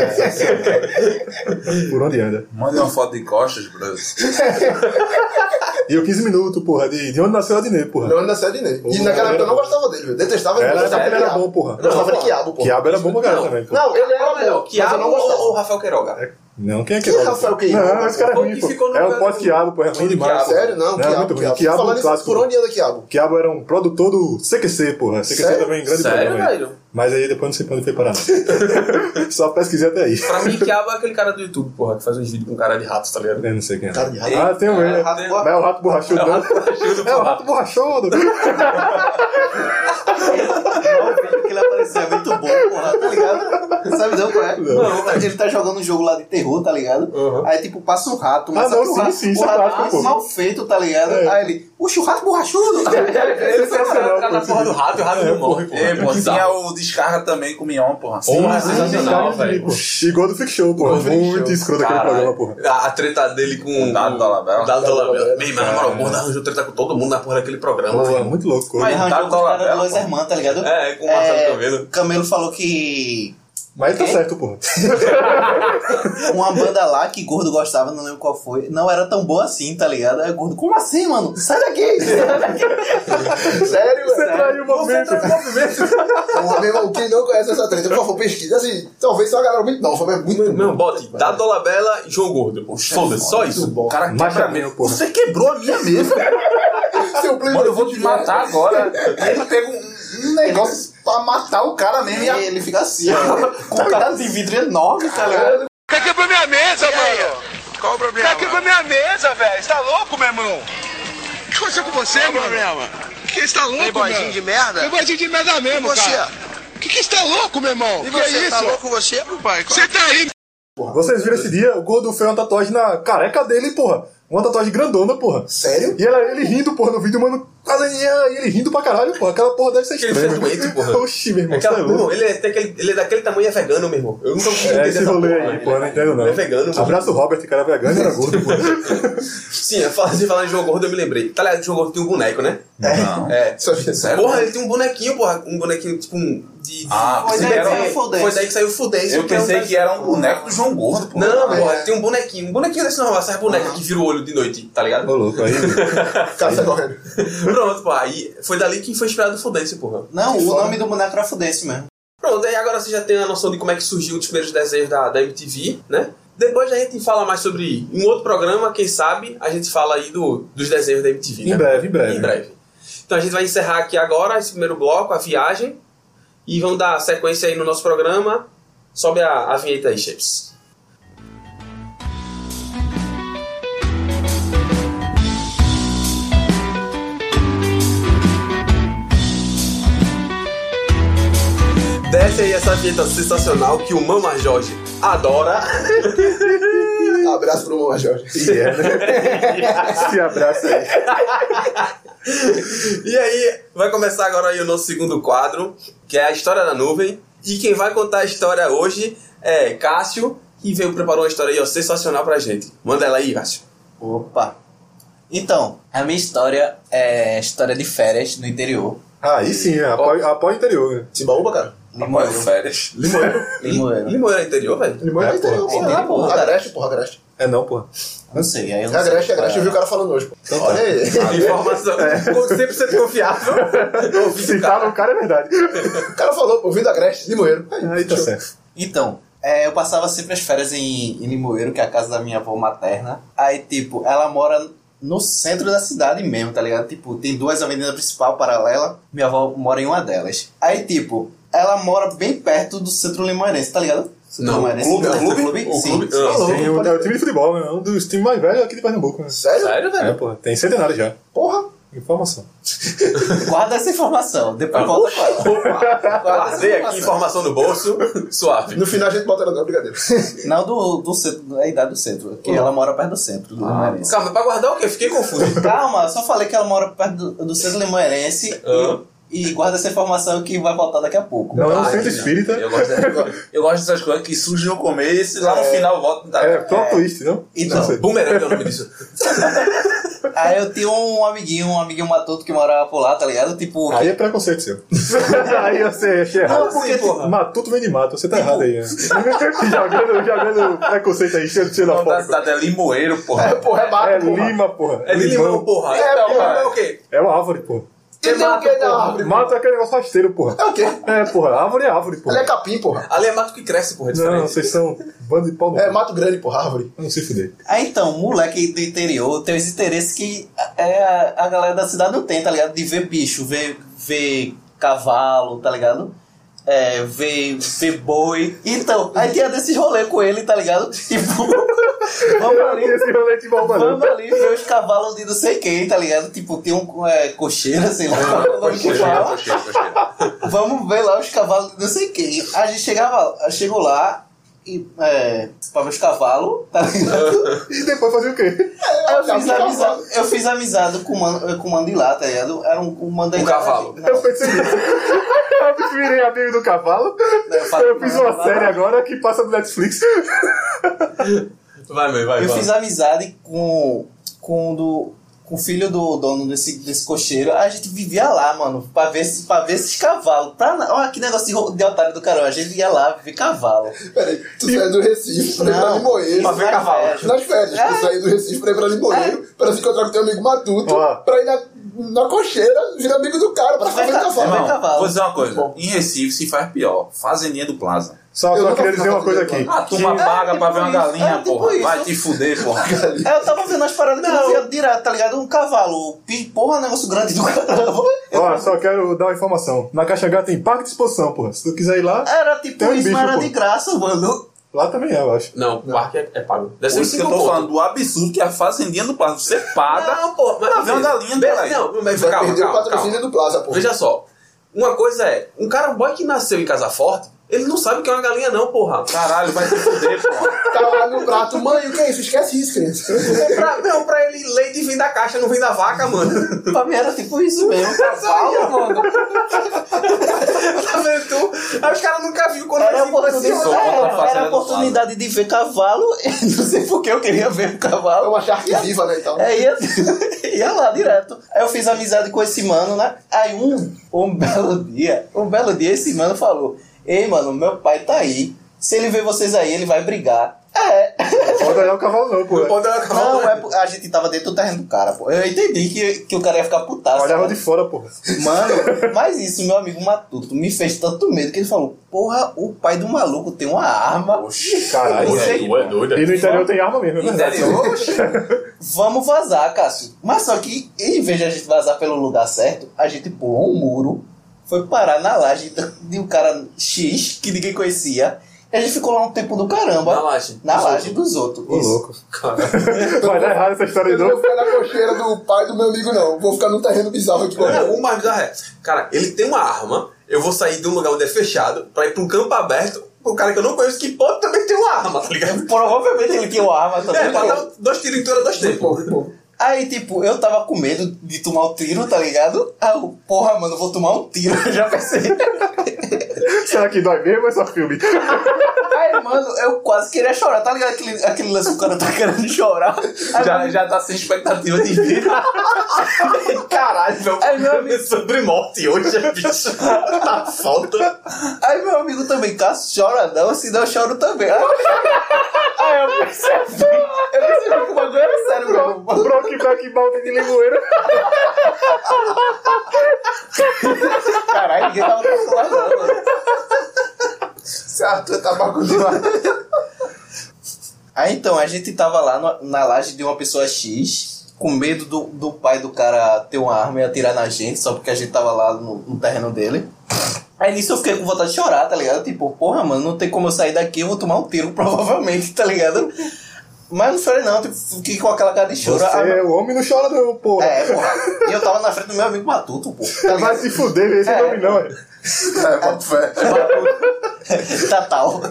Speaker 1: Por onde anda.
Speaker 3: Manda uma foto de costas, bro.
Speaker 1: E o 15 minutos, porra, de onde nasceu a Adnê, porra.
Speaker 4: Leone da Série Ney. E naquela época eu não gostava dele, velho. Detestava ele.
Speaker 1: Era,
Speaker 4: Gostava
Speaker 1: ele
Speaker 4: de
Speaker 1: era
Speaker 4: quiabo.
Speaker 1: bom, porra.
Speaker 4: Eu gostava de quiabo, porra.
Speaker 1: Quiabo era bom pra caralho também, porra.
Speaker 4: Não, ele era
Speaker 2: Qual é melhor,
Speaker 4: bom, mas eu
Speaker 2: Quiabo
Speaker 4: não gostava.
Speaker 2: ou Rafael Queiroga?
Speaker 1: Não, quem é que
Speaker 4: Quem é Rafael Queiroga?
Speaker 1: Não, esse cara é
Speaker 2: Foi
Speaker 1: ruim,
Speaker 2: que
Speaker 1: pô.
Speaker 2: ficou no
Speaker 1: É o
Speaker 2: lugar
Speaker 1: pós-Quiabo, pô, é ruim demais.
Speaker 4: Sério? Não,
Speaker 1: Não,
Speaker 4: Quiabo,
Speaker 1: muito ruim.
Speaker 4: Quiabo.
Speaker 1: Quiabo
Speaker 4: Falando isso,
Speaker 1: clássico.
Speaker 4: por onde anda Quiabo?
Speaker 1: Quiabo era um produtor do CQC, porra. CQC
Speaker 4: Sério?
Speaker 1: também, grande
Speaker 2: Sério,
Speaker 1: programa aí.
Speaker 2: velho?
Speaker 1: Mas aí depois não sei pra onde foi parar, não. Só pesquisei até aí.
Speaker 2: Pra mim, Quiabo é aquele cara do YouTube, porra, que faz uns vídeos com cara de rato, tá ligado?
Speaker 1: Eu não sei quem é.
Speaker 4: Cara de rato.
Speaker 1: Ah, tem um ele.
Speaker 6: rato
Speaker 1: Mas é o rato borrachudo.
Speaker 2: É o rato borrachudo,
Speaker 1: É o
Speaker 2: porra.
Speaker 1: rato borrachudo.
Speaker 6: O vídeo que ele apareceu é muito bom, porra, tá ligado? Sabe não qual é?
Speaker 1: Não.
Speaker 6: Ele tá jogando um jogo lá de terror, tá ligado?
Speaker 2: Uhum.
Speaker 6: Aí tipo, passa um rato, mas
Speaker 1: Ah,
Speaker 6: só
Speaker 1: não,
Speaker 6: que o
Speaker 1: sim,
Speaker 6: rato,
Speaker 1: sim,
Speaker 6: o
Speaker 1: isso é
Speaker 6: rato
Speaker 1: clássico,
Speaker 6: é
Speaker 1: pô.
Speaker 6: mal feito, tá ligado?
Speaker 1: É.
Speaker 6: Aí ele, O churrasco borrachudo.
Speaker 2: Ele foi ficar na porra do rato e o rato não morre, pô.
Speaker 3: Tinha o descarga também com o Mignon, porra.
Speaker 2: Porra, sensacional, velho.
Speaker 1: E Gordo Freak Show, porra. Muito escroto aquele programa, porra.
Speaker 2: A treta dele com
Speaker 3: o Dado Dolabella.
Speaker 2: Meu irmão, na moral, o Gordo arranjou treta com todo mundo na porra daquele programa.
Speaker 1: Porra, muito louco.
Speaker 6: Mas arranjou com o cara do Los Hermanos, tá ligado?
Speaker 2: Com o Marcelo Camelo.
Speaker 6: Camelo falou que...
Speaker 1: Mas ele tá certo, porra.
Speaker 6: Uma banda lá que Gordo gostava, não lembro qual foi, não era tão boa assim, tá ligado? Aí Gordo, como assim, mano? Sai daqui!
Speaker 4: Sério,
Speaker 1: Você traiu o movimento.
Speaker 4: Porra, meu irmão, quem não conhece essa treta, por favor, pesquisa. Assim, talvez seja uma galera muito nova, mas muito
Speaker 2: Meu, bote Dado Dolabella e João Gordo. Foda-se, só isso.
Speaker 3: O cara quebra mesmo, porra.
Speaker 4: Você quebrou a minha mesa.
Speaker 3: Mano, eu vou te matar agora. Aí ele pega um negócio pra matar o cara mesmo.
Speaker 6: E ele fica assim, ó, com um pedaço de vidro enorme, tá ligado?
Speaker 7: Quer quebrar minha mesa, mano? Qual o problema? Quer quebrar minha mesa, velho? Você tá louco, meu irmão? O que aconteceu com você, mano? Qual o problema? Que você tá louco,
Speaker 8: Playboyzinho de merda?
Speaker 7: Playboyzinho de merda mesmo, cara. Que você tá louco, meu irmão?
Speaker 8: E
Speaker 7: que é
Speaker 8: você,
Speaker 7: isso?
Speaker 8: tá louco você, pai?
Speaker 7: Você tá aí.
Speaker 1: Vocês viram esse dia? O Gordo fez uma tatuagem na careca dele, porra. Uma tatuagem grandona, porra.
Speaker 4: Sério?
Speaker 1: E ele rindo, porra, no vídeo, mano. E ele rindo pra caralho, porra. Aquela porra deve ser
Speaker 2: Ele
Speaker 1: estranha.
Speaker 2: é doente, porra.
Speaker 1: Oxi, meu irmão.
Speaker 2: Aquela, meu, ele é daquele tamanho e é vegano, meu irmão. Eu nunca consegui entender
Speaker 1: Esse
Speaker 2: essa
Speaker 1: rolê
Speaker 2: porra,
Speaker 1: aí, porra, não entendo não.
Speaker 2: Ele é vegano, mano.
Speaker 1: Abraço o Robert, cara era gordo, porra.
Speaker 2: Sim, falando em João Gordo, eu me lembrei. Tá ligado que o João Gordo tem um boneco, né?
Speaker 3: Não.
Speaker 2: Sério? Porra, ele tem um bonequinho, porra. Um bonequinho, tipo, de...
Speaker 6: Foi daí que saiu o Fudêncio.
Speaker 2: Foi daí que saiu o Fudêncio.
Speaker 3: Eu pensei que era um boneco do João Gordo, porra.
Speaker 2: Não, porra, tem um bonequinho. Um bonequinho desse normal, essa boneca que vira o olho de noite, tá ligado?
Speaker 1: Ô, louco, aí.
Speaker 4: Cara, sai correndo.
Speaker 2: Pronto, pô. Aí foi dali que foi inspirado o Fudêncio, porra.
Speaker 6: Não, o nome do boneco era Fudêncio mesmo.
Speaker 2: Pronto, aí agora você já tem a noção de como é que surgiu os primeiros desenhos da MTV, né? Depois a gente fala mais sobre... Em um outro programa, quem sabe, a gente fala aí dos desenhos da MTV, né?
Speaker 1: Em breve.
Speaker 2: Em breve. Então a gente vai encerrar aqui agora esse primeiro bloco, a viagem. E vamos dar sequência aí no nosso programa. Sobe a vinheta aí, Shapes. Desce aí essa vinheta sensacional que o Mama Jorge adora.
Speaker 4: Abraço pro Mama Jorge.
Speaker 1: Se abraça aí.
Speaker 2: E aí, vai começar agora aí o nosso segundo quadro, que é a História da Nuvem. E quem vai contar a história hoje é Cássio, que preparou uma história aí, ó, sensacional pra gente. Manda ela aí, Cássio.
Speaker 6: Opa! Então, a minha história é história de férias no interior.
Speaker 1: Aí sim, apoio interior, né?
Speaker 4: Timbaúba, cara.
Speaker 3: Limoeiro. Férias.
Speaker 6: Limoeiro.
Speaker 2: Limoeiro é interior, velho?
Speaker 4: Limoeiro é interior, porra. Agreste, porra, Agreste.
Speaker 1: É não, porra.
Speaker 6: Não sei, aí eu
Speaker 4: É
Speaker 6: não sei.
Speaker 4: Agreste, eu vi o cara falando hoje, pô. Então, olha aí.
Speaker 2: Informação 100% confiável.
Speaker 1: Se tá no cara, é verdade.
Speaker 4: O cara falou, pô, vindo Agreste, Limoeiro.
Speaker 1: Aí tá certo.
Speaker 6: Então, eu passava sempre as férias em Limoeiro, que é a casa da minha avó materna. Aí, tipo, ela mora no centro da cidade mesmo, tá ligado? Tipo, tem duas avenidas principais paralelas. Minha avó mora em uma delas. Aí, tipo, ela mora bem perto do centro limoeirense, tá ligado?
Speaker 2: Não,
Speaker 6: Clube?
Speaker 2: O
Speaker 6: Sim.
Speaker 2: clube?
Speaker 1: Tem o time de futebol, né? Um dos times mais velhos aqui de Pernambuco, né?
Speaker 4: Sério?
Speaker 2: Sério, velho?
Speaker 1: É, porra. Tem centenário já.
Speaker 4: Porra.
Speaker 1: Informação.
Speaker 6: Guarda essa informação, depois volta com ela.
Speaker 2: Guardei aqui informação no bolso, suave.
Speaker 4: No final a gente bota ela na brincadeira.
Speaker 6: Não do centro, da idade do centro, que ela mora perto do centro do Limoeirense.
Speaker 2: Calma, pra guardar o quê? Fiquei confuso.
Speaker 6: Calma, eu só falei que ela mora perto do centro limoeirense e guarda essa informação que vai voltar daqui a pouco.
Speaker 1: Não é um centro espírita.
Speaker 3: Eu gosto dessas coisas que surgem no começo e lá no final voltam.
Speaker 1: É plot twist, não?
Speaker 6: Então,
Speaker 1: Não sei.
Speaker 2: Boomerang é o nome disso.
Speaker 6: aí eu tinha um amiguinho matuto que morava por lá, tá ligado? Tipo,
Speaker 1: Aí é preconceito seu. Aí você achei errado.
Speaker 6: Não, porque,
Speaker 1: porra. Matuto vem de mato, você tá errado aí, né? jogando preconceito aí, cheio de
Speaker 3: Não, da cidade é Limoeiro, porra.
Speaker 4: Porra, é mato,
Speaker 1: É
Speaker 4: porra.
Speaker 1: Lima, porra.
Speaker 2: É de limão, porra. É o quê?
Speaker 1: É uma árvore, porra.
Speaker 4: E tem o que da árvore?
Speaker 1: Mato é aquele negócio rasteiro, porra.
Speaker 4: É o quê?
Speaker 1: É, porra. Árvore é árvore,
Speaker 4: Ele
Speaker 1: porra.
Speaker 4: é capim, porra.
Speaker 2: Ali é mato que cresce, porra. É
Speaker 1: Não,
Speaker 2: diferente.
Speaker 1: vocês são bando de pau no
Speaker 4: É
Speaker 1: cu.
Speaker 4: mato grande, porra, árvore.
Speaker 1: Não se fuder.
Speaker 6: aí então, moleque do interior tem os interesses que a galera da cidade não tem, tá ligado? De ver bicho, ver cavalo, tá ligado? Ver boi. Então, aí tinha desses rolês com ele, tá ligado? Tipo, vamos ali.
Speaker 1: Esse rolê de Balba não.
Speaker 6: Vamos ali ver os cavalos de não sei quem, tá ligado? Tipo, tem um cocheira, sei lá. o nome que fala.
Speaker 3: Cocheira.
Speaker 6: Vamos ver lá os cavalos de não sei quem. A gente chegou lá pra ver os cavalos, tá ligado?
Speaker 1: E depois fazer o quê?
Speaker 6: Eu fiz amizade com o mano de lá, tá ligado? Era um mano da
Speaker 2: Um
Speaker 6: idade-
Speaker 2: cavalo.
Speaker 6: Não,
Speaker 1: Eu pensei nisso. Eu virei amigo do cavalo. Eu fiz uma série agora que passa no Netflix.
Speaker 2: Vai, vai.
Speaker 6: eu fiz amizade com o filho do dono desse cocheiro. A gente vivia lá, mano, pra ver esses cavalos. Olha que negócio de otário do caramba. A gente ia lá ver cavalo.
Speaker 4: Peraí, tu saiu do Recife pra ir pra Limoeiro.
Speaker 2: Pra ver cavalo.
Speaker 4: Nas férias, tu saiu do Recife pra ir pra Limoeiro, pra se encontrar com teu amigo Matuto,
Speaker 1: Ó.
Speaker 4: pra ir na cocheira, virar amigo do cara, pra ficar vendo cavalo.
Speaker 6: Vai
Speaker 3: Irmão,
Speaker 6: cavalo.
Speaker 3: vou dizer uma coisa.
Speaker 4: Bom.
Speaker 3: Em Recife se faz pior. Fazendinha do Plaza.
Speaker 1: Só
Speaker 4: Eu nunca
Speaker 1: queria
Speaker 4: fui
Speaker 1: dizer
Speaker 4: na
Speaker 1: uma coisa
Speaker 4: fazenda
Speaker 1: aqui.
Speaker 3: A turma paga pra ver uma
Speaker 6: tipo isso,
Speaker 3: galinha,
Speaker 6: tipo
Speaker 3: porra.
Speaker 6: isso.
Speaker 3: Vai te fuder, porra.
Speaker 6: Eu tava vendo as paradas que eu via direto, tá ligado? Um cavalo. Porra, negócio grande do caramba.
Speaker 1: Ó, só quero dar uma informação. Na Caxangá tem parque de exposição, porra. Se tu quiser ir lá,
Speaker 6: Era tipo
Speaker 1: Tem um
Speaker 6: isso,
Speaker 1: bicho,
Speaker 6: mas era
Speaker 1: pô.
Speaker 6: de graça, mano.
Speaker 1: lá também é, eu acho.
Speaker 2: Não, o parque é pago. Deve ser
Speaker 3: Por isso que eu
Speaker 2: 5
Speaker 3: tô
Speaker 2: conto.
Speaker 3: falando do absurdo que é a fazendinha do Plaza. Você paga
Speaker 2: Não, pô,
Speaker 3: pra ver uma galinha, caralho.
Speaker 2: Não, mas
Speaker 4: Vai
Speaker 2: calma,
Speaker 4: perder o
Speaker 2: calma,
Speaker 4: patrocínio
Speaker 2: calma.
Speaker 4: do Plaza, pô.
Speaker 2: Veja só. Uma coisa é, um cara boy que nasceu em Casa Forte, ele não sabe o que é uma galinha não, porra.
Speaker 3: Caralho, vai te fuder, porra.
Speaker 4: Tá lá no prato, mãe, o que é isso? Esquece isso, criança.
Speaker 2: Pra ele, leite vem da caixa, não vem da vaca, mano.
Speaker 6: Pra mim era tipo isso mesmo. Cavalo, mano.
Speaker 2: Tá vendo tu? Aí os caras nunca viram quando
Speaker 6: Era a
Speaker 2: eles
Speaker 6: oportunidade,
Speaker 3: Sou contra a fazenda
Speaker 6: era a
Speaker 3: do
Speaker 6: oportunidade de ver cavalo. Não sei por que eu queria ver o
Speaker 4: É
Speaker 6: cavalo.
Speaker 4: uma charque viva, né, então.
Speaker 6: Ia lá direto. Aí eu fiz amizade com esse mano, né? Aí um belo dia, esse mano falou: ei, mano, meu pai tá aí. Se ele ver vocês aí, ele vai brigar.
Speaker 1: Não pode olhar o cavalo não, pô.
Speaker 2: Não pode dar cavalo,
Speaker 6: Não, a gente tava dentro do terreno do cara, pô. Eu entendi que o cara ia ficar putaço.
Speaker 1: Olhava
Speaker 6: mano.
Speaker 1: de fora, porra.
Speaker 6: Mano, mas isso, meu amigo Matuto, me fez tanto medo que ele falou: porra, o pai do maluco tem uma arma.
Speaker 1: Caralho.
Speaker 6: Isso aí,
Speaker 2: Tu é doido.
Speaker 1: E no interior tem arma mesmo, é verdade.
Speaker 6: Vamos vazar, Cássio. Mas só que, em vez de a gente vazar pelo lugar certo, a gente pulou um muro, foi parar na laje de um cara X, que ninguém conhecia. E a gente ficou lá um tempo do caramba.
Speaker 2: Na laje.
Speaker 6: Na laje dos outros.
Speaker 1: Ô,
Speaker 6: Isso.
Speaker 1: louco. Vai dar errado essa história
Speaker 4: Eu
Speaker 1: de
Speaker 4: não vou
Speaker 1: novo.
Speaker 4: ficar na cocheira do pai do meu amigo, não. Vou ficar num terreno bizarro aqui.
Speaker 2: Não, o mais bizarro é, cara, ele tem uma arma, eu vou sair de um lugar onde é fechado pra ir pra um campo aberto, o cara que eu não conheço que pode também ter uma arma, tá ligado?
Speaker 6: Provavelmente ele tinha uma arma também.
Speaker 2: É, pra dar 2 tiros em tu era 2 tempos.
Speaker 6: Aí, tipo, eu tava com medo de tomar o tiro, tá ligado? Aí eu, porra, mano, eu vou tomar um tiro, eu já pensei.
Speaker 1: Será que dói mesmo ou é só filme?
Speaker 6: Aí, mano, eu quase queria chorar, tá ligado? Aquele lance que o cara tá querendo chorar. Aí,
Speaker 3: Já tá sem expectativa de vida.
Speaker 2: Caralho, meu
Speaker 6: Aí, meu amigo-
Speaker 2: sobre morte hoje, bicho. Tá falta.
Speaker 6: Aí meu amigo também, Cássio, chora não, senão eu choro também. Aí eu percebi que o bagulho era sério mesmo.
Speaker 1: Brokeback Mountain de Limoeiro.
Speaker 6: Caralho, ninguém tava calculando não, mano.
Speaker 4: Esse Arthur tá bagunçado.
Speaker 6: Aí então, a gente tava lá na laje de uma pessoa X, com medo do pai do cara ter uma arma e atirar na gente, só porque a gente tava lá no terreno dele. Aí nisso eu fiquei com vontade de chorar, tá ligado? Tipo, porra, mano, não tem como eu sair daqui, eu vou tomar um tiro, provavelmente, tá ligado? Mas não chorei não, tipo, fiquei com aquela cara de choro.
Speaker 1: Você, o homem não chora não, porra.
Speaker 6: Porra. E eu tava na frente do meu amigo Matuto, pô.
Speaker 1: Vai se fuder, esse é nome não, é.
Speaker 4: É, boto fé.
Speaker 6: Tatal.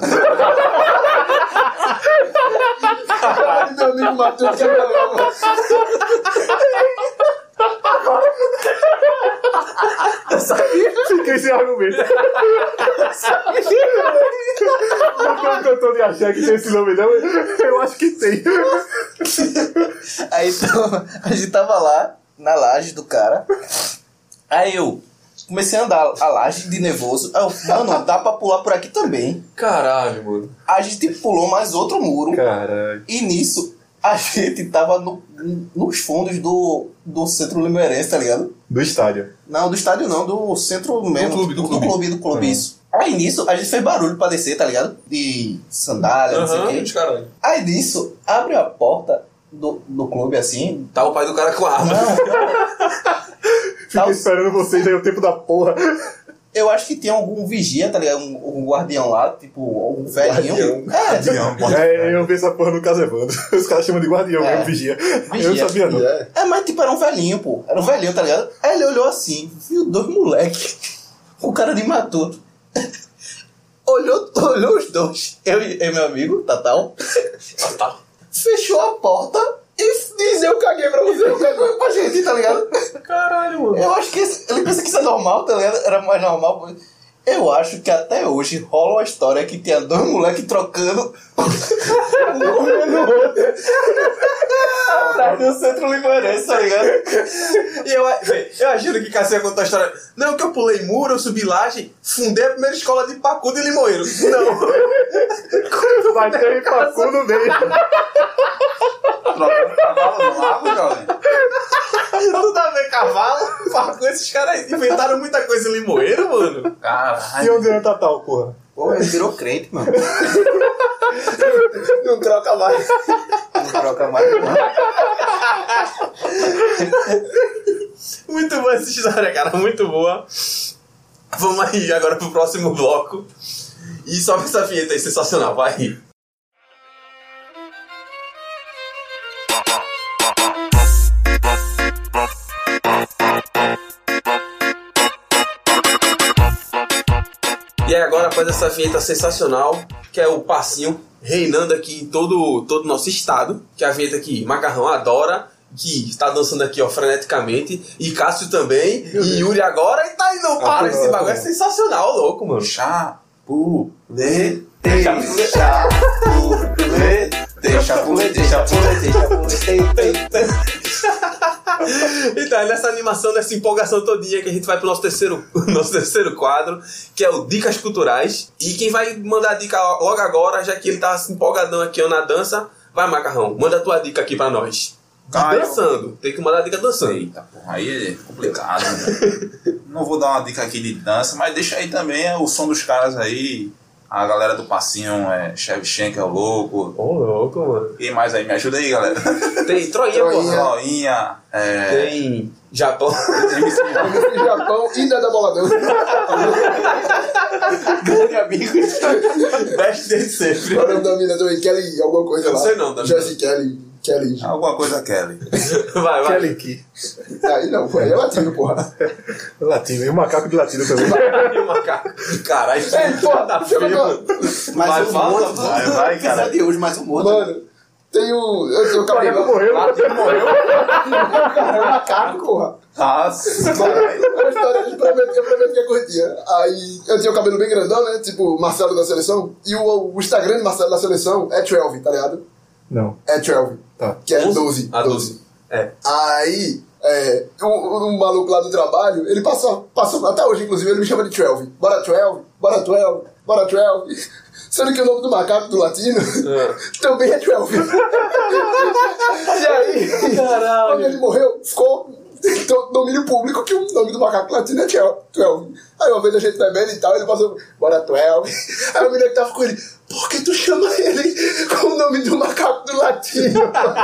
Speaker 4: Meu amigo Matheus, que é melhor.
Speaker 1: Fiquei sem argumento. Não tem um cantor de axé que tem esse nome não? Eu acho que tem.
Speaker 6: Aí então, a gente tava lá, na laje do cara. Aí eu comecei a andar a laje de nervoso. Aí eu, mano, dá pra pular por aqui também.
Speaker 2: Caralho, mano.
Speaker 6: A gente pulou mais outro muro.
Speaker 1: Caralho.
Speaker 6: E nisso, a gente tava nos fundos do centro limeirense, tá ligado?
Speaker 1: Do estádio.
Speaker 6: Não, do estádio não, do centro mesmo.
Speaker 2: Do clube.
Speaker 6: Do clube, isso. Aí nisso, a gente fez barulho pra descer, tá ligado? De sandália, não sei o quê.
Speaker 2: Caralho.
Speaker 6: Aí nisso, abre a porta do clube assim.
Speaker 2: Tá o pai do cara com a arma.
Speaker 1: Fiquei esperando vocês aí o tempo da porra.
Speaker 6: Eu acho que tinha algum vigia, tá ligado? Um guardião lá, tipo, um velhinho.
Speaker 1: Eu vi essa porra no Casevando. Os caras chamam de guardião, mesmo, vigia. Eu não sabia não.
Speaker 6: Mas tipo, era um velhinho, pô. Era um velhinho, tá ligado? Aí ele olhou assim, viu 2 moleques. O cara de Matuto. olhou os dois, eu e meu amigo, Tatal, fechou a porta e diz, eu caguei pra você, eu caguei pra gente, tá ligado?
Speaker 2: Caralho, mano.
Speaker 6: Eu acho que ele pensa que isso é normal, tá ligado? Era mais normal. Eu acho que até hoje rola uma história que tinha dois moleques trocando um comendo o outro atrás do centro limoeirense, tá ligado?
Speaker 2: E eu juro que Cassia contou a história. Não, que eu pulei muro, eu subi laje, fundei a primeira escola de Pacudo e Limoeiro. Não.
Speaker 1: Vai ter Pacu no meio.
Speaker 3: Trocando cavalo no lago, jovem.
Speaker 2: Tudo a ver cavalo, Pacu, esses caras inventaram muita coisa em Limoeiro, mano.
Speaker 1: E
Speaker 3: Caralho.
Speaker 1: onde é o Tatal, porra?
Speaker 6: Pô, ele virou crente, mano.
Speaker 4: Não troca mais.
Speaker 6: Não troca mais, não.
Speaker 2: Muito boa essa história, cara, muito boa. Vamos aí agora pro próximo bloco. E sobe essa vinheta aí, sensacional, vai. E aí agora, após essa vinheta sensacional, que é o passinho reinando aqui em todo o nosso estado, que é a vinheta que Macarrão adora, que está dançando aqui, ó, freneticamente, e Cássio também, e Yuri agora, e tá indo, para, esse bagulho é sensacional, louco, mano.
Speaker 3: Chapulete.
Speaker 2: Então, é nessa animação, nessa empolgação todinha que a gente vai pro nosso terceiro quadro, que é o Dicas Culturais. E quem vai mandar a dica logo agora, já que ele tá empolgadão aqui ó, na dança, vai, Macarrão, manda a tua dica aqui pra nós. Dançando, tem que mandar a dica dançando.
Speaker 3: Eita, porra, aí é complicado, né? Não vou dar uma dica aqui de dança, mas deixa aí também o som dos caras aí. A galera do passinho é Shevchenko, é o louco.
Speaker 2: Ô, louco, mano.
Speaker 3: Quem mais aí? Me ajuda aí, galera.
Speaker 2: Tem Troinha, porra.
Speaker 3: Troinha,
Speaker 2: Tem Japão.
Speaker 4: MC Japão e Dada Boladão.
Speaker 6: Grande amigo.
Speaker 2: Best de sempre.
Speaker 4: Qual é o nome da mina também? Kelly, alguma coisa
Speaker 2: Eu
Speaker 4: lá.
Speaker 2: não sei não, da
Speaker 4: Jessie Kelly.
Speaker 3: Alguma coisa, Kelly.
Speaker 2: Vai.
Speaker 1: Kelly Key.
Speaker 4: Aí não, pô, aí é latino, porra.
Speaker 1: Latino. E o macaco de latino também.
Speaker 2: E o macaco. Caralho, isso é
Speaker 4: Porra, deixa eu falar.
Speaker 6: Mas o mundo,
Speaker 3: vai, cara.
Speaker 6: de hoje, mais um mundo.
Speaker 4: Mano, eu tenho o cabelo.
Speaker 1: morreu.
Speaker 4: Cara, macaco, porra.
Speaker 3: Nossa.
Speaker 4: Mano, é uma história, eu prometo que é curtinha. Aí eu tinha o cabelo bem grandão, né? Tipo Marcelo da Seleção. E o Instagram de Marcelo da Seleção é 12, tá ligado?
Speaker 1: Não.
Speaker 4: É 12.
Speaker 1: Tá.
Speaker 4: Que é 12.
Speaker 2: A 12. É.
Speaker 4: Aí, um maluco lá do trabalho, ele passou, até hoje, inclusive, ele me chama de 12. Bora 12. Sendo que o nome do macaco do latino também é 12. E aí, quando ele morreu, ficou domínio público que o nome do macaco latino é 12. Aí uma vez a gente bebendo e tal, ele passou, bora 12. Aí o menino que tava com ele, por que tu chama ele com o nome do macaco do latino?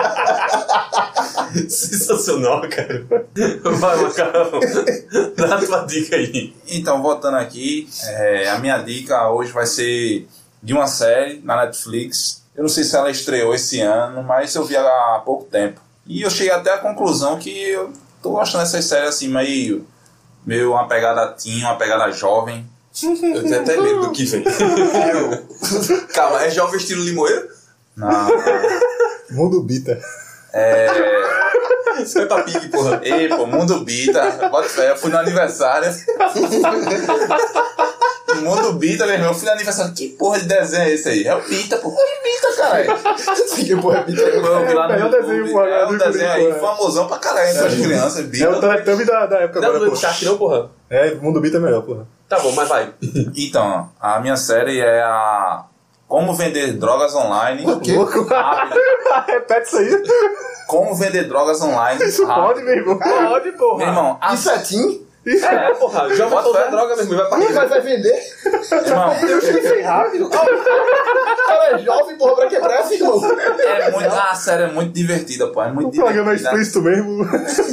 Speaker 2: Sensacional, cara. Vai, Macarrão. Dá a tua dica aí.
Speaker 3: Então, voltando aqui, a minha dica hoje vai ser de uma série na Netflix. Eu não sei se ela estreou esse ano, mas eu vi ela há pouco tempo. E eu cheguei até à conclusão que eu tô gostando dessas séries assim, meio uma pegada teen, uma pegada jovem.
Speaker 2: Eu tenho até medo do que vem. Calma, é jovem estilo Limoeiro?
Speaker 3: Não.
Speaker 1: Mundo Bita.
Speaker 2: Isso é pra pig, porra.
Speaker 3: Ei, pô, Mundo Bita. Bota fé, eu fui no aniversário. Mundo Bita, meu irmão, eu fui no aniversário. Que porra de desenho é esse aí? É o Bita, pô. É o Bita, caralho.
Speaker 4: Que porra é Bita?
Speaker 3: Eu vi lá no
Speaker 1: É um
Speaker 3: YouTube,
Speaker 1: desenho, porra,
Speaker 3: é um
Speaker 1: do
Speaker 3: desenho aí,
Speaker 1: Bita,
Speaker 3: famosão pra caralho entre as crianças. Bita.
Speaker 1: É o Teletubby da época
Speaker 2: Não,
Speaker 1: agora,
Speaker 2: não é
Speaker 1: pô.
Speaker 2: Shark não, porra.
Speaker 1: É, Mundo Bita é melhor, porra.
Speaker 2: Tá bom, mas vai.
Speaker 3: Então, a minha série é a Como Vender Drogas Online.
Speaker 1: Louco.
Speaker 3: Rápido.
Speaker 1: Repete isso aí.
Speaker 3: Como Vender Drogas Online.
Speaker 1: Isso
Speaker 3: rápido.
Speaker 1: pode, meu irmão.
Speaker 2: Pode, porra.
Speaker 3: Meu irmão,
Speaker 4: Isso é teen?
Speaker 2: É, porra. Jovem
Speaker 3: Bota
Speaker 2: toda
Speaker 3: fé.
Speaker 2: droga mesmo. Vai pra
Speaker 4: Mas
Speaker 2: riba.
Speaker 4: vai vender?
Speaker 3: irmão,
Speaker 4: Foi rápido. O cara é jovem, porra, pra quebrar esse irmão.
Speaker 3: a série é muito divertida, pô. É muito
Speaker 1: O programa é
Speaker 3: divertida.
Speaker 1: explícito mesmo.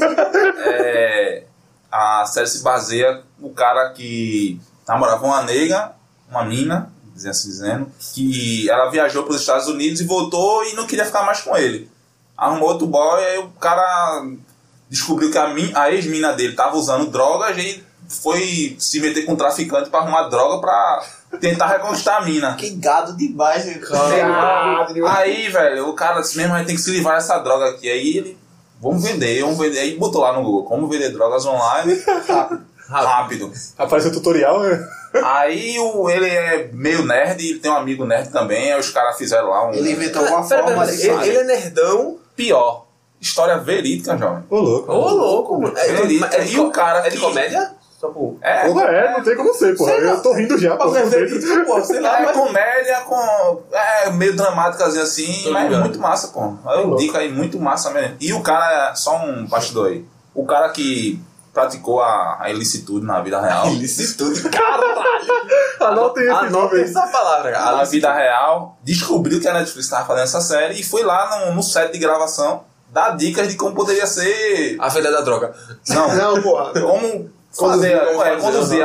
Speaker 3: A série se baseia no cara que namorava uma nega, uma mina, assim dizendo, que ela viajou para os Estados Unidos e voltou e não queria ficar mais com ele. Arrumou outro boy, aí o cara descobriu que a ex-mina dele estava usando drogas e foi se meter com um traficante pra arrumar droga pra tentar reconquistar a mina.
Speaker 6: Que gado demais, né, cara?
Speaker 3: Aí, velho, o cara disse mesmo, a gente tem que se livrar dessa droga aqui. Aí ele, vamos vender. Aí botou lá no Google, como vender drogas online rápido.
Speaker 1: Apareceu o tutorial, né?
Speaker 3: Aí ele é meio nerd e tem um amigo nerd também, aí os caras fizeram lá um...
Speaker 6: Ele inventou alguma forma de
Speaker 2: ele é nerdão.
Speaker 3: Pior, história verídica, jovem.
Speaker 1: Ô, louco.
Speaker 2: Ô, louco, mano.
Speaker 3: E o cara
Speaker 2: É de
Speaker 3: que-
Speaker 2: comédia? Só por...
Speaker 1: Porra, não tem como ser, porra. Eu tô rindo já, porra.
Speaker 2: Mas é verídico, pô. Sei lá,
Speaker 3: É
Speaker 2: mas...
Speaker 3: comédia com... É meio dramáticazinho assim,
Speaker 2: Tô
Speaker 3: mas
Speaker 2: ligado.
Speaker 3: muito massa, pô. Aí eu digo aí, muito massa mesmo. E o cara é só um bastidor aí. O cara que praticou a ilicitude na vida real.
Speaker 2: Ilicitude, caralho.
Speaker 1: Anotem esse nome
Speaker 2: Anotem
Speaker 1: aí.
Speaker 2: essa palavra, cara.
Speaker 3: Na vida real, descobriu que a Netflix estava fazendo essa série e foi lá no set de gravação dar dicas de como poderia ser.
Speaker 2: A venda da droga.
Speaker 4: Não, porra.
Speaker 3: Como
Speaker 4: Conduzir,
Speaker 3: conduzir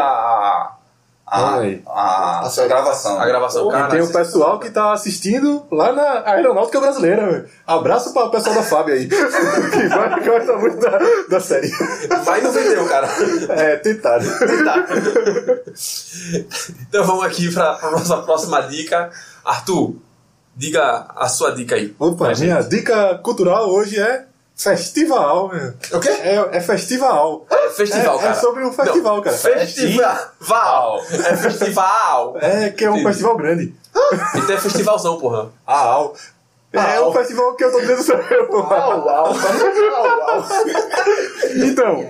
Speaker 3: a
Speaker 4: série.
Speaker 3: gravação.
Speaker 2: A gravação,
Speaker 1: E
Speaker 2: cara.
Speaker 1: tem o pessoal que tá assistindo lá na Aeronáutica Brasileira, velho. Abraço para o pessoal da FAB aí. que gosta muito da série.
Speaker 2: Mas não vendeu, cara.
Speaker 1: É, tentaram.
Speaker 2: Então vamos aqui pra nossa próxima dica. Arthur, diga a sua dica aí.
Speaker 1: Opa, minha dica cultural hoje é festival, velho.
Speaker 4: O quê?
Speaker 1: É festival.
Speaker 2: É festival, cara.
Speaker 1: É sobre um festival, cara.
Speaker 2: Festival. É festival.
Speaker 1: É, que é um
Speaker 2: Sim.
Speaker 1: festival grande.
Speaker 2: Então é festivalzão, porra.
Speaker 1: É um festival que eu tô dizendo sobre eu. Então,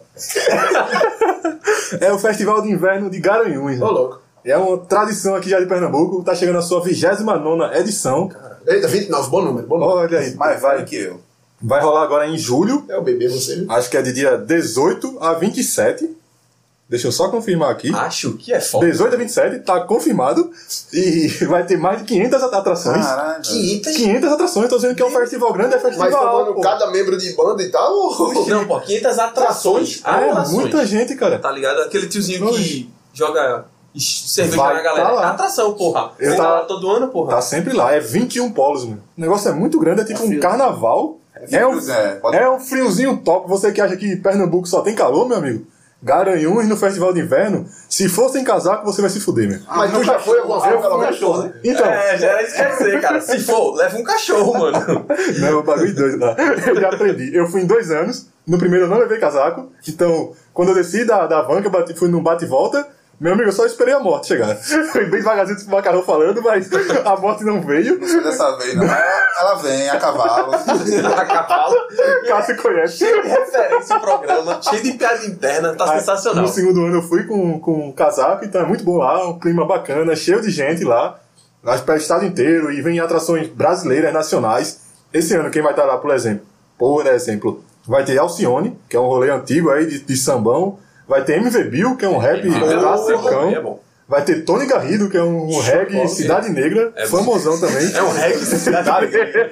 Speaker 1: é o Festival de Inverno de Garanhuns.
Speaker 4: Ô, louco.
Speaker 1: É uma tradição aqui já de Pernambuco. Tá chegando a sua 29ª edição.
Speaker 4: Eita, 29, bom número, bom número.
Speaker 1: Olha aí.
Speaker 3: Mas vale que eu.
Speaker 1: Vai rolar agora em julho.
Speaker 4: É o bebê, você.
Speaker 1: Acho que é de dia 18 a 27. Deixa eu só confirmar aqui.
Speaker 2: Acho que é foda.
Speaker 1: 18 a 27, tá confirmado. E vai ter mais de 500 atrações.
Speaker 3: Caralho.
Speaker 1: 500 atrações, tô dizendo que é um festival grande, é festival.
Speaker 4: Mas falando
Speaker 1: pô.
Speaker 4: cada membro de banda e tal? ou-
Speaker 2: Não, pô, 500 atrações.
Speaker 1: É,
Speaker 2: Atrações.
Speaker 1: muita gente, cara.
Speaker 2: Tá ligado? Aquele tiozinho que joga cerveja
Speaker 1: Vai
Speaker 2: na galera.
Speaker 1: tá lá.
Speaker 2: É atração, porra.
Speaker 1: Eu
Speaker 2: Ele
Speaker 1: tava-
Speaker 2: tá lá todo ano, porra.
Speaker 1: Tá sempre lá, é 21 polos, mano. O negócio é muito grande, é tipo um carnaval.
Speaker 3: Pode-
Speaker 1: É um friozinho top. Você que acha que Pernambuco só tem calor, meu amigo? Garanhuns no Festival de Inverno, se for sem casaco, você vai se fuder, meu.
Speaker 4: Mas tu já foi alguma vez, pelo menos?
Speaker 2: cachorro, né?
Speaker 1: Então,
Speaker 2: É, já era isso que quer dizer, cara. Se for, leva um cachorro, mano.
Speaker 1: não, o bagulho doido lá. Eu já aprendi. Eu fui em 2 anos. No primeiro eu não levei casaco. Então, quando eu desci da van, que eu fui num bate e volta, meu amigo, eu só esperei a morte chegar. Fui bem devagarzinho com o macarrão falando, mas a morte não veio.
Speaker 3: Dessa vez não. Ela vem a cavalo.
Speaker 2: A cavalo.
Speaker 1: Cássio conhece.
Speaker 2: Referência ao programa, cheio de piada interna, tá sensacional.
Speaker 1: No segundo ano eu fui com casaco, então é muito bom lá, um clima bacana, cheio de gente lá. Acho para o estado inteiro e vem atrações brasileiras, nacionais. Esse ano quem vai estar lá, por exemplo, vai ter Alcione, que é um rolê antigo aí de sambão. Vai ter MV Bill, que é um rap classicão.
Speaker 2: É bom.
Speaker 1: Vai ter Tony Garrido, que é um reggae Cidade Negra,
Speaker 2: É bom.
Speaker 1: famosão também.
Speaker 2: É um reggae cidade negra.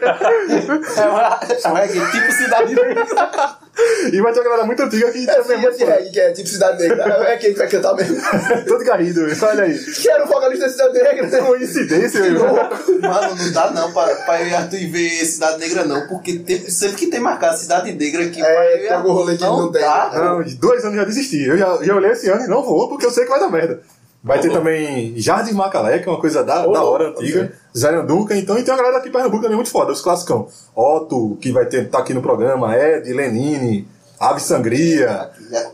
Speaker 6: É um reggae tipo Cidade Negra.
Speaker 1: E vai ter uma galera muito antiga que
Speaker 4: É
Speaker 1: também
Speaker 4: filho de reggae, que é tipo Cidade Negra. É quem vai cantar mesmo.
Speaker 1: Tony Garrido, olha aí.
Speaker 4: Que era o vocalista da Cidade Negra.
Speaker 1: Coincidência, meu.
Speaker 6: Mano, não dá não pra eu e Arthur ir ver Cidade Negra não, porque sempre que tem marcado Cidade Negra aqui, pra eu e
Speaker 4: tem algum
Speaker 6: Arthur,
Speaker 4: rolê que não tem.
Speaker 6: dá.
Speaker 1: Não, de 2 anos já desisti. Eu já olhei esse ano e não vou, porque eu sei que vai dar merda. Vai ter também Jardim Macalé, que é uma coisa da hora, antiga. Zaranduca, então, e tem uma galera aqui em Pernambuco também muito foda, os classicão. Otto, que vai tá aqui no programa, Ed, Lenine, Ave Sangria,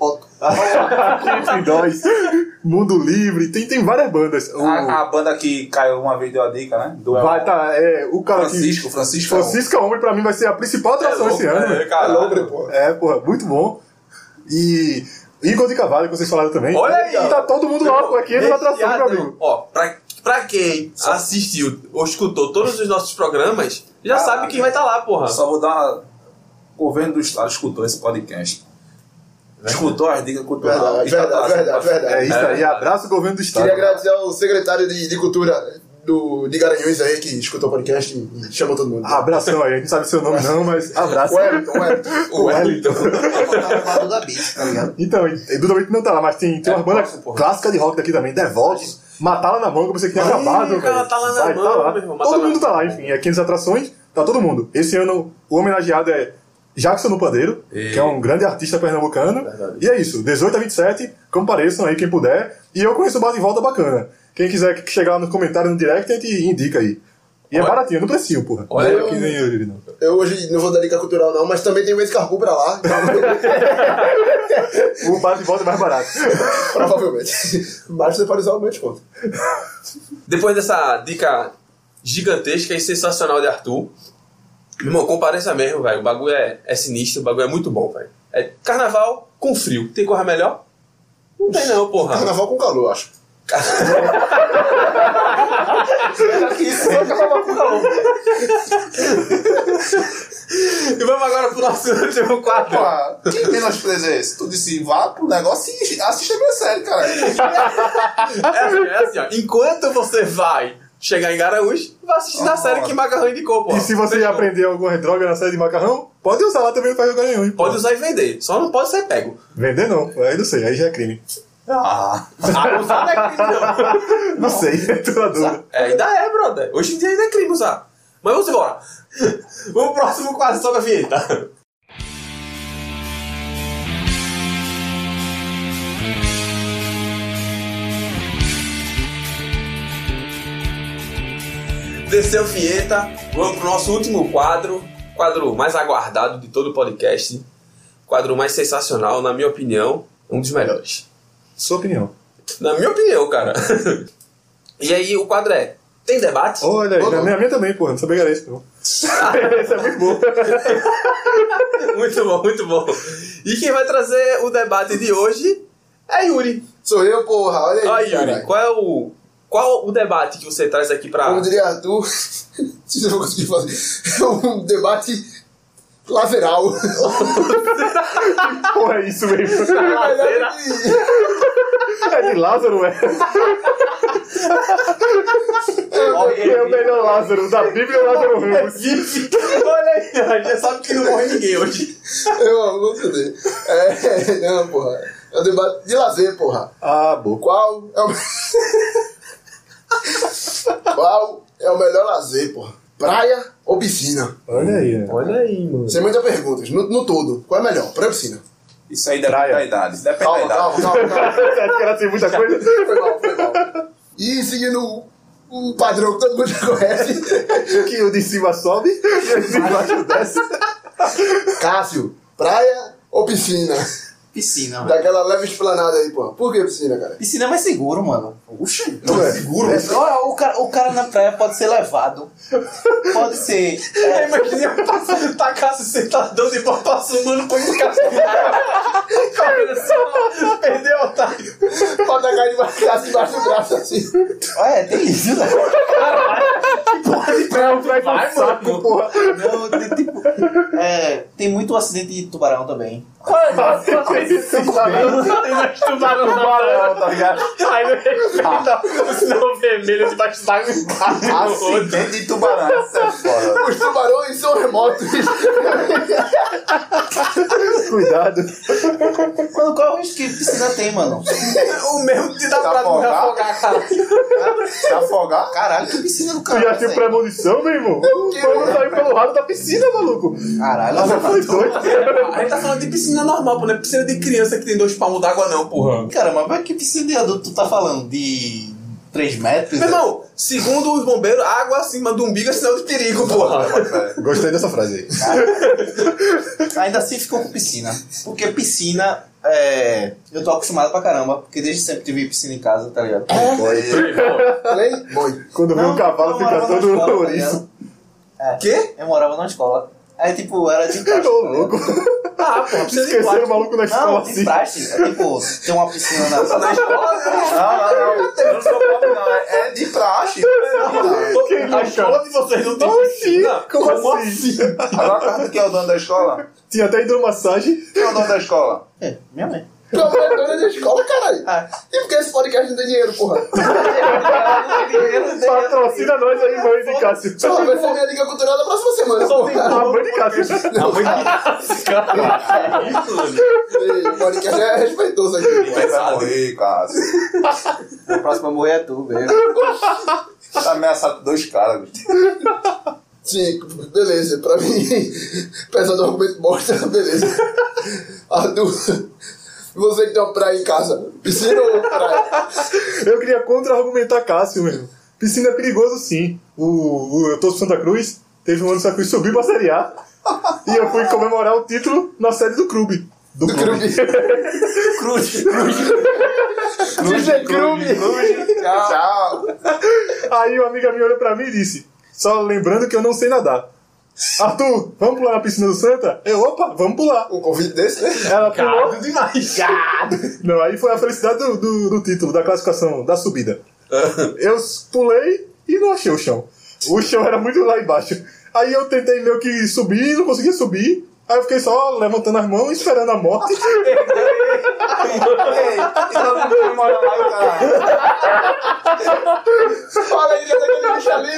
Speaker 1: Nós, Mundo Livre, tem várias bandas.
Speaker 3: A banda que caiu uma vez deu a dica, né? Do
Speaker 1: Vai tá, o cara
Speaker 3: Francisco
Speaker 1: é homem pra mim vai ser a principal atração esse ano.
Speaker 2: É,
Speaker 1: velho.
Speaker 2: caralho.
Speaker 1: Porra, muito bom. E Igor de Cavalho, que vocês falaram também.
Speaker 2: Olha aí.
Speaker 1: E tá todo mundo lá, pô, aqui na atração, meu amigo.
Speaker 2: Ó, pra quem assistiu ou escutou todos os nossos programas, já sabe quem vai estar lá, porra.
Speaker 3: Só vou dar uma... O governo do estado escutou esse podcast. Escutou as dicas culturais.
Speaker 4: Verdade.
Speaker 1: É isso aí, abraço o governo do estado.
Speaker 4: Queria agradecer ao secretário de Cultura de Garanhuns aí, que escutou o podcast e chamou todo mundo.
Speaker 1: Abração aí, a gente não sabe seu nome não, mas abraço.
Speaker 4: O Wellington.
Speaker 2: O Wellington.
Speaker 6: Tá da bicha, tá ligado?
Speaker 1: Então, Duda Brito não tá lá, mas tem uma banda clássica de rock daqui também, Devotos, Matá-la na mão, que você que tinha acabado.
Speaker 2: cara,
Speaker 1: velho.
Speaker 2: tá lá na
Speaker 1: Vai
Speaker 2: mão,
Speaker 1: tá lá.
Speaker 2: meu irmão,
Speaker 1: Todo mundo tá lá, enfim, é 500 atrações, tá todo mundo. Esse ano o homenageado é Jackson no Pandeiro, que é um grande artista pernambucano.
Speaker 2: Verdade.
Speaker 1: E é isso, 18 a 27, compareçam aí quem puder. E eu conheço o Bate e Volta bacana. Quem quiser chegar nos comentários no direct, a gente indica aí. E
Speaker 2: Olha.
Speaker 1: é baratinho, no precinho, porra.
Speaker 2: Olha,
Speaker 1: Não é que nem eu, não.
Speaker 4: Eu hoje não vou dar dica cultural não, mas também tem o Escarpu pra lá.
Speaker 1: O Bate e Volta é mais barato.
Speaker 4: Provavelmente. Mas você pode usar o meu desconto.
Speaker 2: Depois dessa dica gigantesca e sensacional de Arthur, meu irmão, compareça mesmo, velho. O bagulho é sinistro, o bagulho é muito bom, velho. É carnaval com frio. Tem coisa melhor? Não tem não, porra.
Speaker 4: Carnaval com calor, acho.
Speaker 2: E vamos agora pro nosso último quadro.
Speaker 3: Porra, que menospreza é esse? Tu disse, vá pro negócio e assista a minha série, cara.
Speaker 2: É assim, ó. Enquanto você vai chegar em Garanhuns, vai assistir a série que Macarrão indicou, porra.
Speaker 1: E se você aprender alguma droga na série de macarrão, pode usar lá também no Faz Jogar Nenhum.
Speaker 2: Pode usar e vender. Só não pode ser pego.
Speaker 1: Vender não, aí não sei, aí já é crime.
Speaker 3: Ah,
Speaker 2: Usar não é crime, não.
Speaker 1: Não sei, é tudo na dúvida.
Speaker 2: É, ainda é, brother. Hoje em dia ainda é crime usar. Mas vamos embora. Vamos pro próximo quadro, sobe a vinheta. Desceu vinheta, vamos pro nosso último quadro. Quadro mais aguardado de todo o podcast. Quadro mais sensacional, na minha opinião, um dos melhores.
Speaker 1: Sua opinião.
Speaker 2: Na minha opinião, cara. E aí o quadro é: tem debate?
Speaker 1: Olha aí, na minha também, porra, não sabia que era isso, não. Esse é muito bom.
Speaker 2: Muito bom, muito bom. E quem vai trazer o debate de hoje é Yuri.
Speaker 4: Sou eu, porra. Olha aí,
Speaker 2: Aí, Yuri,
Speaker 4: caralho.
Speaker 2: qual o debate que você traz aqui pra...
Speaker 4: Como diria Arthur, se eu vou conseguir fazer, é um debate lateral.
Speaker 1: Porra, é isso mesmo.
Speaker 2: Ladeira?
Speaker 1: É de Lázaro, é? É o melhor Lázaro, da Bíblia é o Lázaro Ramos.
Speaker 2: Olha aí, já sabe que não morre ninguém hoje.
Speaker 4: Eu vou entender. Não, porra. É um debate de lazer, porra.
Speaker 1: Ah, boa.
Speaker 4: Qual é o melhor lazer, porra? Praia ou piscina?
Speaker 1: Olha aí, né?
Speaker 2: Olha aí, mano.
Speaker 4: Sem muitas perguntas. No todo, qual é melhor? Praia ou piscina?
Speaker 3: isso aí depende da idade. Depende da idade.
Speaker 4: Calma.
Speaker 1: Você acha que era assim muita coisa?
Speaker 4: Foi mal. E seguindo um padrão que todo mundo já conhece.
Speaker 1: Que o de cima sobe e o de baixo desce.
Speaker 4: Cássio, praia ou piscina?
Speaker 6: Piscina, velho.
Speaker 4: Daquela leve esplanada aí, porra. Por que piscina, cara?
Speaker 6: Piscina é mais seguro, mano.
Speaker 4: Oxi,
Speaker 1: Não é
Speaker 4: seguro.
Speaker 6: Olha, o cara na praia pode ser levado. Pode ser.
Speaker 2: Imagina eu passando tacasse sentadão de botar sumando põe de casa. Perdeu o otário.
Speaker 4: Pode tacar debaixo do braço assim.
Speaker 6: Tem isso, né?
Speaker 1: Vai, saco, porra.
Speaker 6: Não, tem tipo. Tem muito acidente de tubarão também.
Speaker 2: Tem mais tubarão na praia, tá ligado? Aí não respeita o sinal vermelho debaixo d'água e bate no outro.
Speaker 3: Acidente de tubarão, isso é foda.
Speaker 4: Os tubarões são remotos.
Speaker 1: Cuidado.
Speaker 6: Qual é o risco que piscina tem, mano?
Speaker 2: O mesmo de dar
Speaker 3: Tá
Speaker 2: pra morrer
Speaker 3: afogado?
Speaker 2: afogar, cara.
Speaker 3: Se afogar,
Speaker 6: Caralho, que piscina do
Speaker 1: Tu
Speaker 6: caralho.
Speaker 1: já tinha premonição, meu irmão? O mano saiu pelo ralo da piscina, maluco.
Speaker 6: Caralho,
Speaker 1: Você foi doido.
Speaker 2: A gente tá falando de piscina normal, pô. Não é piscina de criança que tem 2 palmos d'água, não, porra.
Speaker 6: Cara, mas que piscina de adulto tu tá falando? De 3 metros?
Speaker 2: Meu irmão, segundo os bombeiros, água acima do umbigo é sinal de perigo, porra.
Speaker 1: Gostei dessa frase aí.
Speaker 6: Ainda assim ficou com piscina. Porque piscina, eu tô acostumado pra caramba. Porque desde sempre tive piscina em casa, tá ligado?
Speaker 4: Boi.
Speaker 1: Quando vê um cavalo, fica todo ouriço.
Speaker 2: Quê?
Speaker 6: Eu morava na escola. Aí, tipo, era de praxe.
Speaker 1: Ô, louco.
Speaker 2: Ah, porra, precisa de
Speaker 1: Esqueceram o
Speaker 2: plástico.
Speaker 1: maluco na escola
Speaker 6: Não, de
Speaker 1: assim.
Speaker 6: praxe. É tipo, tem uma piscina na
Speaker 2: Na escola,
Speaker 3: eu não sou pobre, não. É de praxe.
Speaker 2: a escola de vocês não tem piscina?
Speaker 1: Como assim?
Speaker 3: Agora, quem é o dono da escola?
Speaker 1: Tinha até
Speaker 3: Quem
Speaker 1: hidromassagem.
Speaker 3: é o dono da escola?
Speaker 6: Minha mãe.
Speaker 4: Tu é a dona da escola, caralho.
Speaker 6: Ah.
Speaker 4: E por que esse podcast não tem dinheiro, porra?
Speaker 1: Patrocina nós aí, mãe de Cássio.
Speaker 4: Só vai ser minha dica cultural da próxima semana, porra.
Speaker 1: A mãe de Cássio.
Speaker 4: O podcast é respeitoso aqui.
Speaker 3: Vai morrer, Cássio.
Speaker 6: A próxima morrer é tu, velho.
Speaker 3: Tá ameaçado com 2 caras.
Speaker 4: Sim, beleza. Pra mim, apesar do argumento bosta, beleza. Arthur, você que tem uma praia em casa, piscina ou praia?
Speaker 1: Eu queria contra-argumentar Cássio, mesmo. Piscina é perigoso, sim. Eu tô de Santa Cruz, teve um ano que Santa Cruz subiu pra Série A. E eu fui comemorar o título na sede do clube. Do clube.
Speaker 6: Cruz.
Speaker 4: Tchau.
Speaker 1: Aí uma amiga minha olhou pra mim e disse, só lembrando que eu não sei nadar. Arthur, vamos pular na piscina do Santa? Opa, vamos pular.
Speaker 4: Um convite desse, né?
Speaker 1: Ela pulou.
Speaker 2: Gado demais.
Speaker 1: Não, aí foi a felicidade do título, da classificação, da subida. Eu pulei e não achei o chão. O chão era muito lá embaixo. Aí eu tentei meio que subir, não conseguia subir. Aí eu fiquei só levantando as mãos e esperando a morte.
Speaker 4: Olha aí, já tem aquele bicho ali,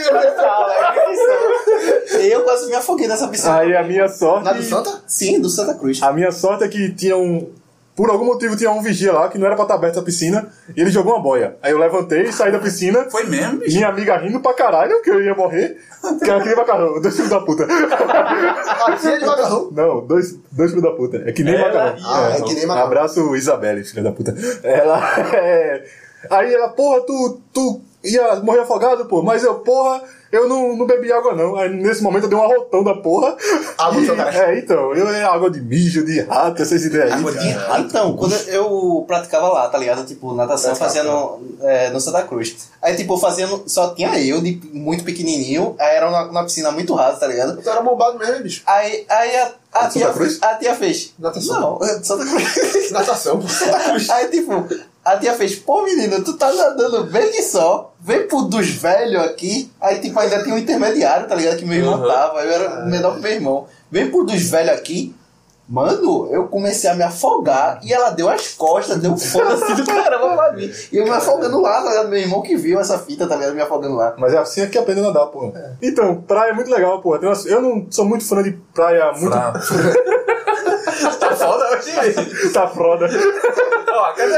Speaker 4: meu.
Speaker 6: Eu quase me afoguei nessa piscina.
Speaker 1: Aí a minha sorte...
Speaker 4: Na do Santa?
Speaker 6: Sim, do Santa Cruz.
Speaker 1: A minha sorte é que tinha por algum motivo tinha um vigia lá que não era pra estar aberto a piscina e ele jogou uma boia. Aí eu levantei e saí da piscina.
Speaker 3: Foi mesmo, bicho?
Speaker 1: Minha amiga rindo pra caralho que eu ia morrer. Que era aquele macarrão, 2 filhos da puta.
Speaker 4: Patinha de macarrão.
Speaker 1: Não, dois filhos da puta. É que nem macarrão.
Speaker 4: É que nem macarrão.
Speaker 1: Abraço, Isabelle, filha da puta. Ela Aí ela, porra, tu ia morrer afogado, pô. Mas eu não bebi água, não. Aí nesse momento eu dei um arrotão da porra.
Speaker 4: Água do cara.
Speaker 1: Então, água de mijo, de rato, essas ideias aí.
Speaker 6: Água de rato. Então, quando eu praticava lá, tá ligado? Tipo, natação fazendo no Santa Cruz. Aí, tipo, fazendo. Só tinha eu, de muito pequenininho. Aí era uma piscina muito rasa, tá ligado?
Speaker 4: Tu era bombado mesmo, bicho.
Speaker 6: Aí a tia fez.
Speaker 4: Natação.
Speaker 6: Não, Santa Cruz.
Speaker 4: Natação.
Speaker 6: Aí, tipo, a tia fez, pô, menino, tu tá nadando bem que só. Vem pro dos velhos aqui. Aí, tipo, ainda tinha um intermediário, tá ligado? Que meu irmão tava. Eu era menor que meu irmão. Vem pro dos velhos aqui. Mano, eu comecei a me afogar e ela deu as costas, deu foda-se do caramba pra mim. E eu me afogando lá, tá ligado? Meu irmão que viu essa fita, tá ligado? Me afogando lá.
Speaker 1: Mas é assim que aprende a nadar, porra. Então, praia é muito legal, porra. Eu não sou muito fã de praia muito...
Speaker 2: Tá foda hoje.
Speaker 1: Tá foda.
Speaker 2: Ó, cadê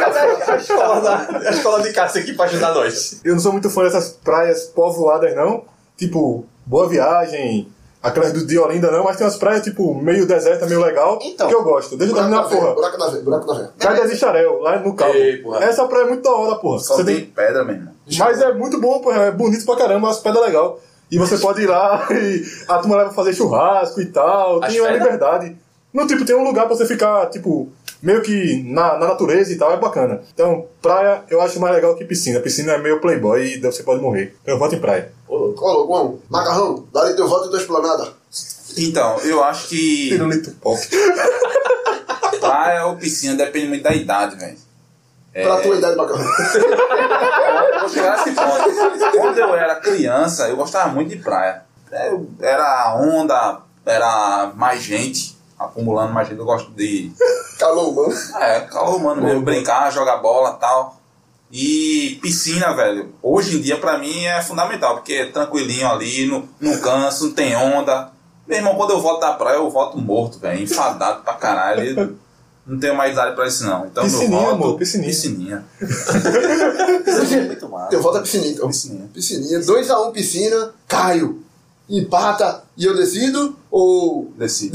Speaker 2: a escola de Cássio aqui pra ajudar nós?
Speaker 1: Eu não sou muito fã dessas praias povoadas, não. Tipo, Boa Viagem, aquelas do de Olinda, não. Mas tem umas praias, tipo, meio deserta, meio legal,
Speaker 6: então,
Speaker 1: que eu gosto. Deixa eu terminar, porra.
Speaker 4: Buraco da Véia.
Speaker 1: Cais de Xarel, lá no Cabo.
Speaker 2: Ei, porra.
Speaker 1: Essa praia é muito da hora, porra.
Speaker 3: Só
Speaker 1: Você
Speaker 3: tem
Speaker 1: tem...
Speaker 3: pedra mesmo.
Speaker 1: Mas é muito bom, porra. É bonito pra caramba, as pedras legais. E você pode ir lá e a turma leva pra fazer churrasco e tal.
Speaker 2: As
Speaker 1: Tem uma
Speaker 2: pedras?
Speaker 1: liberdade. No, tipo, tem um lugar pra você ficar, tipo, meio que na natureza e tal, é bacana. Então, praia eu acho mais legal que piscina. Piscina é meio playboy e você pode morrer. Eu voto em praia.
Speaker 4: Ô, louco, macarrão, dá ali teu voto e tua esplanada.
Speaker 3: Então, eu acho que
Speaker 1: Pirulito pop.
Speaker 3: praia ou piscina depende muito da idade, velho.
Speaker 4: Pra tua idade, macarrão.
Speaker 3: Eu vou chegar nesse ponto. Quando eu era criança, eu gostava muito de praia. Era onda, era mais gente, acumulando mais gente. Eu gosto de...
Speaker 4: Calor, mano.
Speaker 3: calor humano mesmo, brincar, jogar bola e tal. E piscina, velho, hoje em dia pra mim é fundamental, porque é tranquilinho ali, não canso, não tem onda. Meu irmão, quando eu volto da praia, eu volto morto, velho, enfadado pra caralho. Não tenho mais idade pra isso, não. Então
Speaker 1: Piscininha,
Speaker 3: eu voto...
Speaker 1: amor, piscininha.
Speaker 3: Piscininha.
Speaker 6: Muito massa.
Speaker 4: Teu voto é piscininha, então.
Speaker 3: Piscininha.
Speaker 4: Piscininha. 2-1 piscina, Caio. Empata e eu decido ou...
Speaker 3: Decide.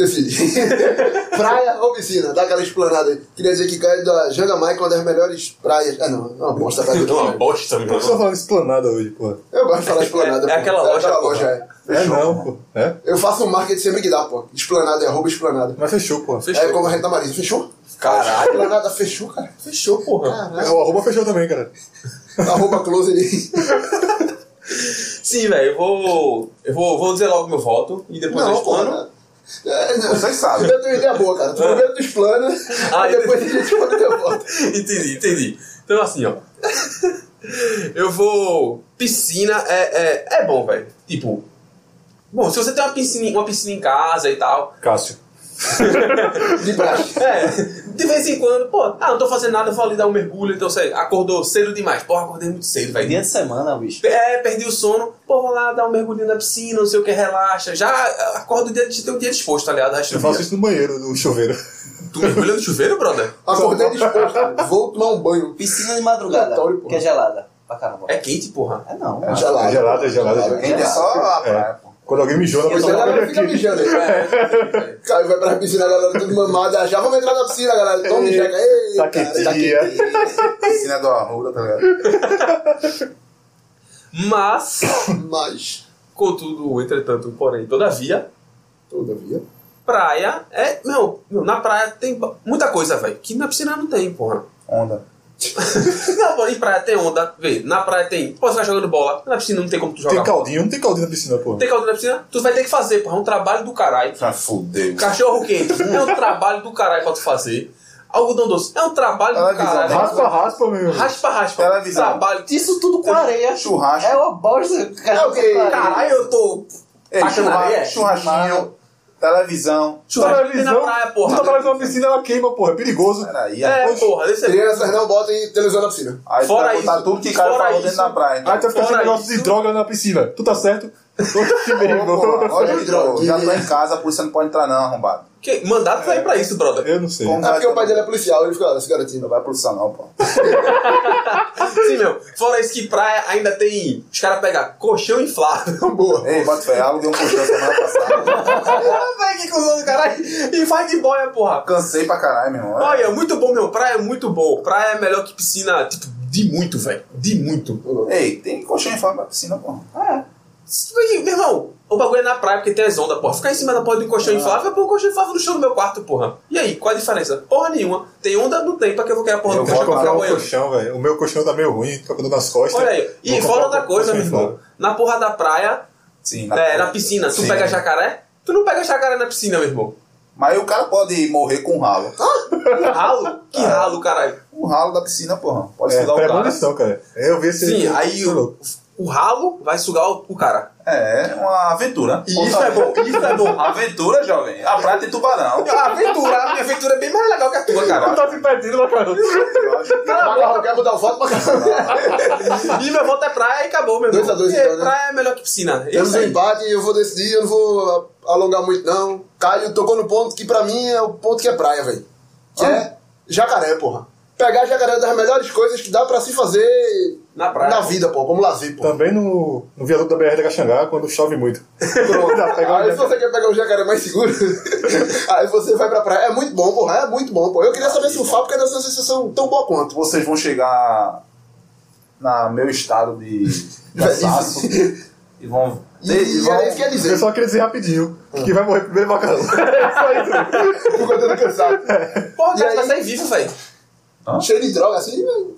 Speaker 4: Praia ou piscina? Dá aquela esplanada aí. Queria dizer que Caio da Jangamaica é uma das melhores praias... Ah, não. É uma bosta. Praia
Speaker 2: É uma bosta,
Speaker 1: Por
Speaker 2: meu
Speaker 1: que você tá falando esplanada hoje, porra?
Speaker 4: Eu gosto de falar esplanada.
Speaker 2: É
Speaker 4: pô.
Speaker 2: aquela loja,
Speaker 4: aquela
Speaker 2: porra.
Speaker 4: loja, é.
Speaker 1: É não, pô. É?
Speaker 4: Eu faço um marketing sempre que dá, pô. Esplanada, é arroba esplanada.
Speaker 1: Mas fechou, porra.
Speaker 4: É como a Renta Marisa. Fechou?
Speaker 2: Caralho.
Speaker 4: Esplanada fechou, cara.
Speaker 2: Fechou, porra.
Speaker 4: Caralho.
Speaker 1: O arroba fechou também, cara.
Speaker 4: Arroba close ali.
Speaker 2: Sim, velho, eu vou dizer logo meu voto e depois eu
Speaker 4: Não,
Speaker 2: explano.
Speaker 4: porra. Não.
Speaker 3: Vocês sabem.
Speaker 4: Primeiro tem uma ideia boa, cara. Tu primeiro tu explana,
Speaker 2: Ah,
Speaker 4: e depois a gente manda teu voto.
Speaker 2: Entendi. Então assim, ó. Eu vou... Piscina é bom, velho. Tipo... Bom, se você tem uma piscina em casa e tal...
Speaker 1: Cássio.
Speaker 4: De praxe.
Speaker 2: De vez em quando, pô, não tô fazendo nada, eu vou ali dar um mergulho, então você acordou cedo demais. Porra, acordei muito cedo, velho.
Speaker 6: Dia de semana, bicho.
Speaker 2: Perdi o sono, pô, vou lá dar um mergulhinho na piscina, não sei o que, relaxa. Já acordo de ter o dia disposto, tá ligado?
Speaker 1: Eu faço isso no banheiro, no chuveiro.
Speaker 2: Tu mergulha no chuveiro, brother?
Speaker 4: Acordei disposto. Vou tomar um banho.
Speaker 6: Piscina de madrugada,
Speaker 4: Aleatório, porra.
Speaker 6: que é gelada. Pra caramba.
Speaker 2: É quente, porra.
Speaker 6: É não.
Speaker 1: É gelado.
Speaker 3: Ainda é só a praia, pô.
Speaker 1: Quando alguém mijou na
Speaker 4: Pois
Speaker 1: piscina,
Speaker 4: a galera
Speaker 1: eu
Speaker 4: fica
Speaker 1: aqui.
Speaker 4: mijando aí. Cara, vai pra piscina, a galera tudo mamada. Já vamos entrar na piscina, galera. Tome, jeca. Ei,
Speaker 1: Tá
Speaker 4: cara,
Speaker 1: quentinha.
Speaker 3: Piscina do Arruda, tá ligado?
Speaker 2: Mas,
Speaker 4: Mas,
Speaker 2: contudo, entretanto, porém, todavia, praia é... Meu, na praia tem muita coisa, velho, que na piscina não tem, porra.
Speaker 3: Onda.
Speaker 2: Não, pô, em praia tem onda, vê, na praia tem... Pô, você vai jogando bola, na piscina não tem como tu jogar
Speaker 1: Tem
Speaker 2: bola.
Speaker 1: caldinho, não tem caldinho na piscina, pô.
Speaker 2: Tem caldinho na piscina, tu vai ter que fazer, porra, é um trabalho do caralho.
Speaker 3: Ah, fudeu.
Speaker 2: Cachorro quente é um trabalho do caralho pra tu fazer. Algodão doce é um trabalho do
Speaker 3: Televisão,
Speaker 2: caralho.
Speaker 1: Raspa, meu.
Speaker 2: Raspa.
Speaker 3: Televisão.
Speaker 2: Trabalho.
Speaker 6: Isso tudo com areia.
Speaker 3: Churrasco.
Speaker 6: É uma bosta.
Speaker 4: É o quê?
Speaker 2: Caralho, eu tô...
Speaker 3: Ei,
Speaker 2: Tacando areia?
Speaker 3: churrasquinho. Televisão.
Speaker 2: Churrasco tem na praia, porra.
Speaker 1: Não tá na piscina, ela queima, porra. É perigoso.
Speaker 3: Peraí.
Speaker 2: É, porra, desse é...
Speaker 4: crianças não botem televisão na piscina.
Speaker 3: Aí tu
Speaker 2: Fora
Speaker 3: vai botar
Speaker 2: isso,
Speaker 3: tudo que cara
Speaker 2: fora
Speaker 3: falou
Speaker 2: isso.
Speaker 3: dentro da praia. Então.
Speaker 1: Aí tu vai ficar sem
Speaker 2: Fora
Speaker 1: negócio de
Speaker 2: isso-
Speaker 1: droga na piscina. Tu tá certo? Oxe, meu irmão.
Speaker 3: Olha
Speaker 4: de
Speaker 3: aí,
Speaker 4: droga.
Speaker 3: já tô em casa, a polícia não pode entrar não, arrombado.
Speaker 2: Que? Mandado sair pra isso, brother.
Speaker 1: Eu não sei.
Speaker 3: Como
Speaker 4: É porque o pai dele é policial, ele fica se garantindo.
Speaker 3: Não vai polícia não, pô.
Speaker 2: Sim, meu. Fora isso que praia ainda tem... Os caras pegam colchão inflável. Boa.
Speaker 3: Ei, bota fé, aluguei um colchão semana passada.
Speaker 2: Véi, que cuzão do caralho. E faz de boia, porra.
Speaker 3: Cansei pra caralho, meu irmão.
Speaker 2: Olha, muito bom, meu. Praia é muito bom. Praia é melhor que piscina, tipo, de muito, velho. De muito.
Speaker 3: Ei, tem colchão em forma pra piscina, pô.
Speaker 2: Meu irmão, o bagulho é na praia porque tem as ondas, porra. Ficar em cima da porra de um colchão inflável, eu pôr um colchão inflável no chão do meu quarto, porra. E aí, qual a diferença? Porra nenhuma. Tem onda? Não tem. Pra que eu vou querer a porra
Speaker 3: Eu
Speaker 2: do
Speaker 1: Deixa
Speaker 2: colchão
Speaker 1: eu
Speaker 2: pra
Speaker 1: comprar
Speaker 2: ficar
Speaker 1: um
Speaker 2: boiando?
Speaker 1: colchão, velho. O meu colchão tá meio ruim, tá com dor nas costas.
Speaker 2: Olha aí. E
Speaker 1: Vou
Speaker 2: fora
Speaker 1: comprar
Speaker 2: outra
Speaker 1: um
Speaker 2: coisa, meu
Speaker 1: colchão
Speaker 2: irmão. Na porra da praia,
Speaker 3: Sim,
Speaker 2: na piscina, tu
Speaker 3: Sim.
Speaker 2: pega jacaré? Tu não pega jacaré na piscina, meu irmão.
Speaker 3: Mas o cara pode morrer com um ralo.
Speaker 2: Que ralo? Que ralo, caralho.
Speaker 3: O ralo da piscina, porra. Pode
Speaker 1: É,
Speaker 3: sugar o cara.
Speaker 1: premonição, cara. Eu vi esse...
Speaker 2: Sim, aí o ralo vai sugar o cara.
Speaker 3: É, uma aventura.
Speaker 2: E isso é bom, isso é bom.
Speaker 3: Aventura, jovem. A praia tem tubarão.
Speaker 2: A minha aventura é bem mais legal que a tua,
Speaker 1: Não
Speaker 2: cara.
Speaker 1: tá se perdendo, né, cara?
Speaker 4: O macarrão quer botar foto pra caramba.
Speaker 2: E meu voto é praia e acabou, meu irmão.
Speaker 4: 2 a 2
Speaker 2: Porque
Speaker 4: então, né?
Speaker 2: praia é melhor que piscina. Eu
Speaker 4: Temos um
Speaker 2: sei.
Speaker 4: empate, eu vou decidir, eu não vou alongar muito não. Caio tocou no ponto que pra mim é o ponto que é praia, velho. Que é jacaré, porra. Pegar jacaré é uma das melhores coisas que dá pra se fazer
Speaker 2: Na praia.
Speaker 4: na vida, pô. Como lazer, pô.
Speaker 1: Também no viaduto da BR da Caxangá, quando chove muito. Dá pra pegar um
Speaker 4: Aí se
Speaker 1: jacaré.
Speaker 4: você quer pegar um jacaré mais seguro, aí você vai pra praia. É muito bom, porra. É muito bom, pô. Eu queria saber surfar porque deve ser uma sensação tão boa quanto.
Speaker 3: Vocês vão chegar na meu estado de cansaço e vão...
Speaker 4: E é isso que ia
Speaker 1: Eu
Speaker 4: dizer.
Speaker 1: só queria dizer rapidinho que vai morrer primeiro macarrão. É só isso.
Speaker 4: Por conta do cansado.
Speaker 2: Porra,
Speaker 4: E
Speaker 2: cara,
Speaker 4: aí-
Speaker 2: vai sair vivo, velho.
Speaker 4: Cheio de droga assim, velho.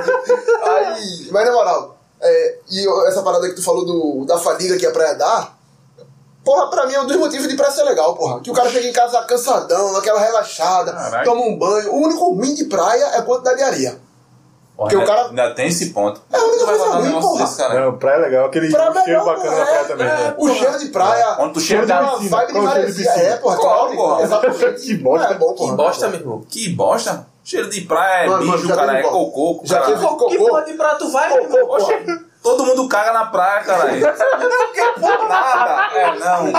Speaker 4: Aí, mas na moral, essa parada que tu falou da fadiga que a praia dá, porra, pra mim é um dos motivos de praia ser legal, porra. Que o cara chega em casa cansadão, aquela relaxada,
Speaker 3: Caraca.
Speaker 4: toma um banho. O único ruim de praia é a quantidade de areia. Porque o cara.
Speaker 3: Ainda tem esse ponto.
Speaker 4: É a única
Speaker 3: Tu vai
Speaker 4: coisa
Speaker 3: botar um
Speaker 4: ruim,
Speaker 3: negócio
Speaker 4: porra.
Speaker 3: desse, cara.
Speaker 1: Não, praia é legal. Aquele
Speaker 4: Praia é
Speaker 1: cheiro
Speaker 4: melhor,
Speaker 1: bacana na praia também. né?
Speaker 4: O cheiro de praia.
Speaker 3: Quando tu
Speaker 4: cheiro
Speaker 3: chega
Speaker 4: de
Speaker 3: na
Speaker 4: uma
Speaker 1: piscina,
Speaker 4: vibe de
Speaker 1: qual o cheiro de
Speaker 4: maresia.
Speaker 3: piscina?
Speaker 4: É, porra.
Speaker 3: Qual, porra?
Speaker 4: Exatamente.
Speaker 1: Que bosta.
Speaker 4: É bom,
Speaker 2: Que
Speaker 4: porra.
Speaker 2: bosta, meu irmão.
Speaker 3: Que bosta. Cheiro de praia é
Speaker 4: Mano,
Speaker 3: bicho,
Speaker 4: já
Speaker 3: cara.
Speaker 4: teve
Speaker 3: É
Speaker 4: bom.
Speaker 3: cocô.
Speaker 4: Já
Speaker 3: cara.
Speaker 4: teve-
Speaker 2: Que
Speaker 4: Cocô.
Speaker 2: porra de praia tu vai, meu irmão?
Speaker 4: Porra.
Speaker 2: Oxe,
Speaker 3: Todo mundo caga na praia, caralho. Por nada. É, não.